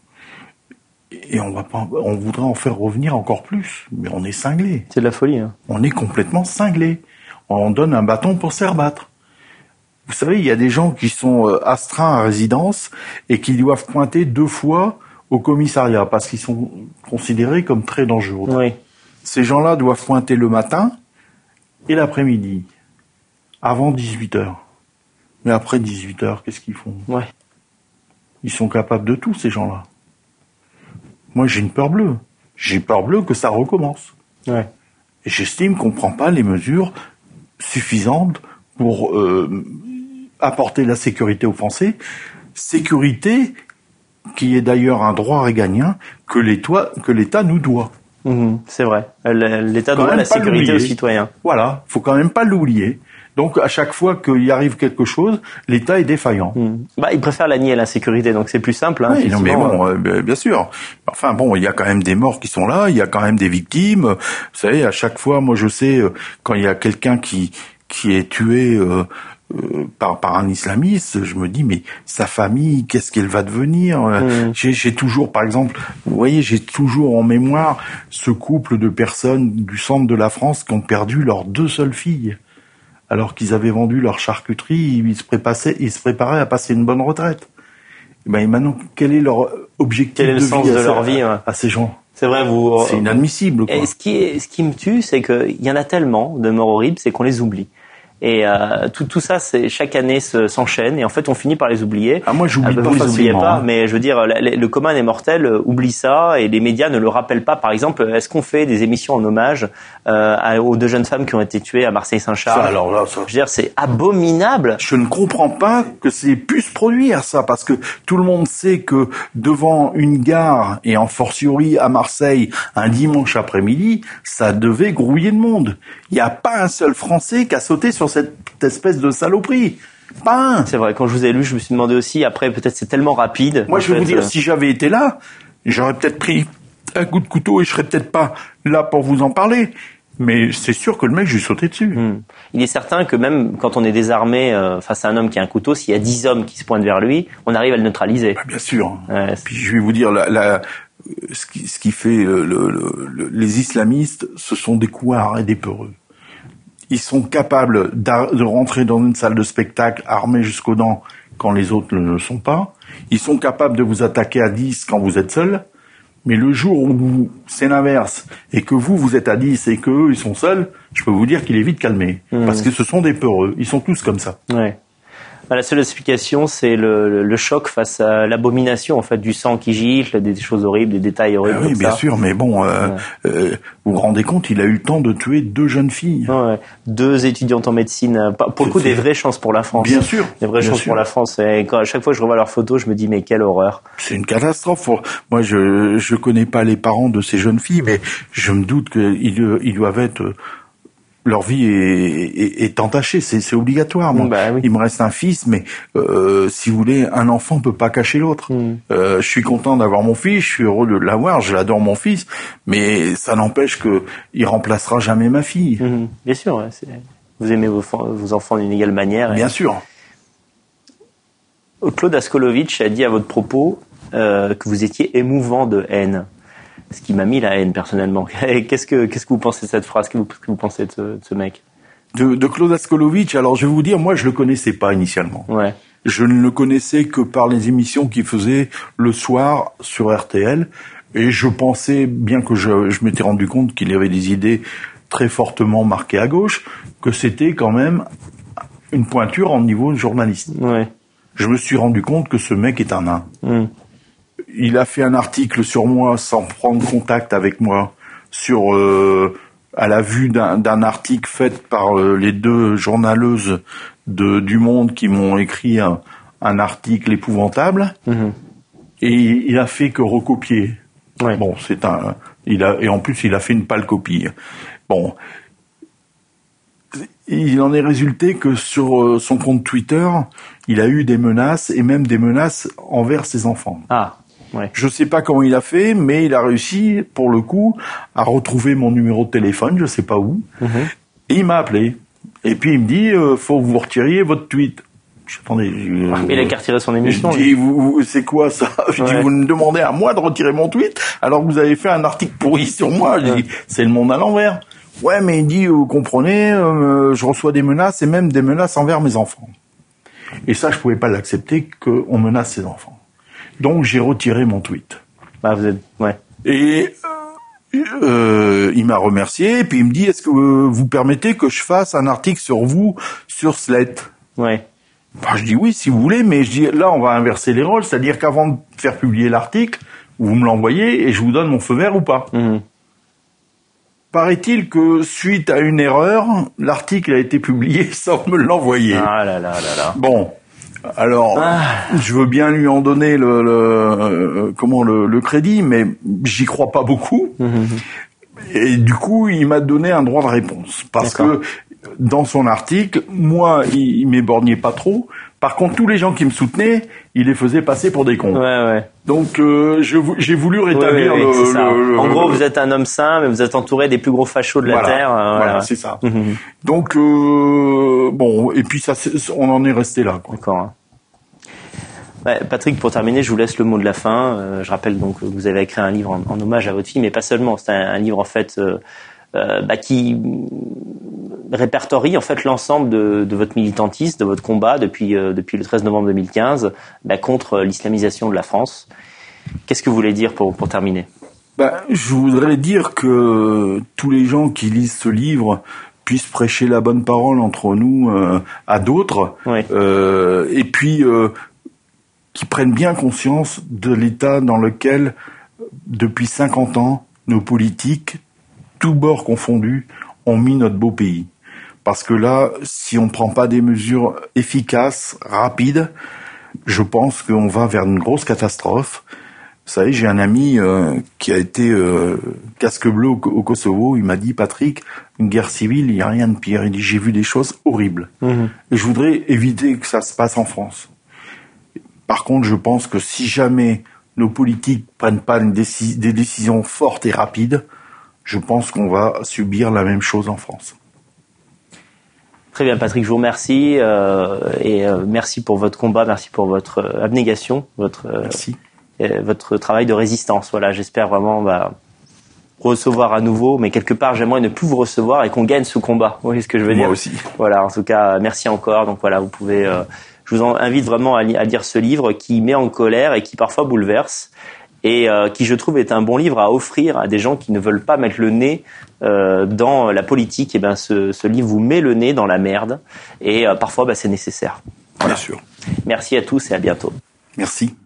Et on va pas, on voudrait en faire revenir encore plus, mais on est cinglé. C'est de la folie. Hein. On est complètement cinglé. On donne un bâton pour se faire battre. Vous savez, il y a des gens qui sont astreints à résidence et qui doivent pointer deux fois au commissariat parce qu'ils sont considérés comme très dangereux. Oui. Ces gens-là doivent pointer le matin et l'après-midi, avant dix-huit heures. Mais après dix-huit heures, qu'est-ce qu'ils font ? Ouais. Ils sont capables de tout, ces gens-là. Moi, j'ai une peur bleue. J'ai peur bleue que ça recommence. Ouais. Et j'estime qu'on ne prend pas les mesures suffisantes pour euh, apporter la sécurité aux Français. Sécurité qui est d'ailleurs un droit régalien que l'État, que l'État nous doit. Mmh, c'est vrai. L'État doit la sécurité aux citoyens. Voilà, faut quand même pas l'oublier. Donc à chaque fois qu'il arrive quelque chose, l'État est défaillant. Mmh. Bah, il préfère la nier l'insécurité, donc c'est plus simple. Hein, oui, non, mais bon, euh, bien sûr. Enfin bon, il y a quand même des morts qui sont là, il y a quand même des victimes. Vous savez, à chaque fois, moi je sais quand il y a quelqu'un qui qui est tué euh, euh, par par un islamiste, je me dis mais sa famille, qu'est-ce qu'elle va devenir? Mmh. J'ai, j'ai toujours, par exemple, vous voyez, j'ai toujours en mémoire ce couple de personnes du centre de la France qui ont perdu leurs deux seules filles. Alors qu'ils avaient vendu leur charcuterie, ils se préparaient, ils se préparaient à passer une bonne retraite. Et ben, et maintenant, quel est leur objectif quel est le de sens vie de à, leur vie, ouais. à ces gens? C'est vrai, vous. C'est inadmissible, quoi. Et ce qui est, ce qui me tue, c'est qu'il y en a tellement de morts horribles, c'est qu'on les oublie. Et euh, tout tout ça, c'est chaque année se, s'enchaîne et en fait on finit par les oublier. Ah moi j'oublie ah, bah, pas vous facilement. Vous les oubliez pas, hein. mais je veux dire le, le commun des mortels euh, oublie ça et les médias ne le rappellent pas. Par exemple, est-ce qu'on fait des émissions en hommage euh, à, aux deux jeunes femmes qui ont été tuées à Marseille-Saint-Charles? Ça, alors là, ça. Je veux dire, c'est abominable. Je ne comprends pas que c'est pu se produire ça, parce que tout le monde sait que devant une gare et en fortiori à Marseille un dimanche après-midi, ça devait grouiller de monde. Il n'y a pas un seul Français qui a sauté sur cette espèce de saloperie. Pas un. C'est vrai, quand je vous ai lu, je me suis demandé aussi, après peut-être c'est tellement rapide. Moi je vais fait, vous dire, euh... si j'avais été là, j'aurais peut-être pris un coup de couteau et je serais peut-être pas là pour vous en parler. Mais c'est sûr que le mec, je lui sauté dessus. Mmh. Il est certain que même quand on est désarmé euh, face à un homme qui a un couteau, s'il y a dix hommes qui se pointent vers lui, on arrive à le neutraliser. Bah, bien sûr. Ouais, Puis je vais vous dire, la, la, ce, qui, ce qui fait le, le, le, les islamistes, ce sont des couards et des peureux. Ils sont capables de rentrer dans une salle de spectacle armés jusqu'aux dents quand les autres ne le sont pas. Ils sont capables de vous attaquer à dix quand vous êtes seul. Mais le jour où vous, c'est l'inverse, et que vous, vous êtes à dix et que eux, ils sont seuls, je peux vous dire qu'il est vite calmé. Mmh. Parce que ce sont des peureux. Ils sont tous comme ça. Ouais. La seule explication, c'est le, le choc face à l'abomination, en fait, du sang qui gicle, des choses horribles, des détails horribles. Ah oui, comme bien ça. sûr, mais bon, euh, ouais. euh, vous vous rendez compte, il a eu le temps de tuer deux jeunes filles. Ouais, deux étudiantes en médecine. Pour le coup, des vraies chances pour la France. Bien sûr. Des vraies bien chances sûr. pour la France. Et quand, à chaque fois que je revois leurs photos, je me dis, mais quelle horreur. C'est une catastrophe. Moi, je je connais pas les parents de ces jeunes filles, mais je me doute qu'ils ils doivent être... Leur vie est, est, est entachée, c'est, c'est obligatoire. Moi, bah, oui. Il me reste un fils, mais euh, si vous voulez, un enfant peut pas cacher l'autre. Mm. Euh, je suis content d'avoir mon fils, je suis heureux de l'avoir, je l'adore mon fils, mais ça n'empêche que il remplacera jamais ma fille. Mm. Bien sûr, ouais, c'est... vous aimez vos, vos enfants d'une égale manière. Bien et... sûr. Claude Askolovitch a dit à votre propos euh, que vous étiez émouvant de haine. Ce qui m'a mis la haine personnellement. Qu'est-ce que qu'est-ce que vous pensez de cette phrase? Qu'est-ce que vous pensez de ce, de ce mec? De, de Claude Askolovitch. Alors je vais vous dire, moi je le connaissais pas initialement. Ouais. Je ne le connaissais que par les émissions qu'il faisait le soir sur R T L, et je pensais, bien que je, je m'étais rendu compte qu'il avait des idées très fortement marquées à gauche, que c'était quand même une pointure en niveau journaliste. Ouais. Je me suis rendu compte que ce mec est un nain. Mm. Il a fait un article sur moi sans prendre contact avec moi, sur euh, à la vue d'un, d'un article fait par euh, les deux journaleuses de, du Monde qui m'ont écrit un, un article épouvantable, mm-hmm. et il a fait que recopier. Ouais. Bon, c'est un, il a et en plus il a fait une pâle copie. Bon, il en est résulté que sur son compte Twitter, il a eu des menaces et même des menaces envers ses enfants. Ah. Ouais. Je sais pas comment il a fait, mais il a réussi, pour le coup, à retrouver mon numéro de téléphone, je sais pas où, mm-hmm. et il m'a appelé. Et puis il me dit, euh, faut que vous retiriez votre tweet. Je, attendez. Je, ah, il a qu'à retirer son émission. Je dis, vous, vous, c'est quoi ça? Je ouais. dis, vous me demandez à moi de retirer mon tweet, alors que vous avez fait un article pourri sur moi. Je ouais. dis, c'est le monde à l'envers. Ouais, mais il dit, vous comprenez, euh, je reçois des menaces et même des menaces envers mes enfants. Et ça, je pouvais pas l'accepter qu'on menace ses enfants. Donc j'ai retiré mon tweet. Bah vous êtes, ouais. Et euh, euh, il m'a remercié, et puis il me dit, est-ce que euh, vous permettez que je fasse un article sur vous sur Slate? Ouais. Bah, je dis oui, si vous voulez, mais je dis là, on va inverser les rôles, c'est-à-dire qu'avant de faire publier l'article, vous me l'envoyez et je vous donne mon feu vert ou pas. Mmh. Paraît-il que suite à une erreur, l'article a été publié sans me l'envoyer. Ah là là là là. Bon. Alors, ah. je veux bien lui en donner le, le euh, comment le, le crédit, mais j'y crois pas beaucoup. Mmh. Et du coup, il m'a donné un droit de réponse. Parce D'accord. que dans son article, moi, il, il m'éborgnait pas trop. Par contre, tous les gens qui me soutenaient, il les faisait passer pour des cons. Ouais, ouais. Donc, euh, je, j'ai voulu rétablir Oui, oui, oui, le, c'est ça. le, le- En gros, le- vous êtes un homme sain, mais vous êtes entouré des plus gros fachos de la voilà, Terre. euh, voilà, voilà. c'est ça. Mhm. Donc, euh, bon, et puis ça, c'est- on en est resté là, quoi. D'accord. hein. Ouais, Patrick, pour terminer, je vous laisse le mot de la fin. Euh, je rappelle donc que vous avez écrit un livre en, en hommage à votre fille, mais pas seulement. C'est un, un livre en fait euh, euh, bah, qui répertorie en fait l'ensemble de, de votre militantisme, de votre combat depuis euh, depuis le treize novembre deux mille quinze bah, contre l'islamisation de la France. Qu'est-ce que vous voulez dire pour pour terminer? Ben, je voudrais dire que tous les gens qui lisent ce livre puissent prêcher la bonne parole entre nous euh, à d'autres, Oui. euh, et puis euh, qui prennent bien conscience de l'état dans lequel, depuis cinquante ans, nos politiques, tous bords confondus, ont mis notre beau pays. Parce que là, si on ne prend pas des mesures efficaces, rapides, je pense qu'on va vers une grosse catastrophe. Vous savez, j'ai un ami euh, qui a été euh, casque bleu au, au Kosovo. Il m'a dit, Patrick, une guerre civile, il n'y a rien de pire. Il dit, j'ai vu des choses horribles. Mmh. Et je voudrais éviter que ça se passe en France. Par contre, je pense que si jamais nos politiques prennent pas une déci- des décisions fortes et rapides, je pense qu'on va subir la même chose en France. Très bien, Patrick, je vous remercie euh, et euh, merci pour votre combat, merci pour votre euh, abnégation, votre euh, Merci. euh, votre travail de résistance. Voilà, j'espère vraiment bah, recevoir à nouveau, mais quelque part j'aimerais ne plus vous recevoir et qu'on gagne ce combat. Vous voyez ce que je veux dire? Moi aussi. Voilà, en tout cas, merci encore. Donc voilà, vous pouvez. Euh, je vous invite vraiment à, li- à lire ce livre qui met en colère et qui parfois bouleverse. Et euh, qui, je trouve, est un bon livre à offrir à des gens qui ne veulent pas mettre le nez euh, dans la politique. Et ben, ce, ce livre vous met le nez dans la merde. Et euh, parfois, ben, c'est nécessaire. Voilà. Bien sûr. Merci à tous et à bientôt. Merci.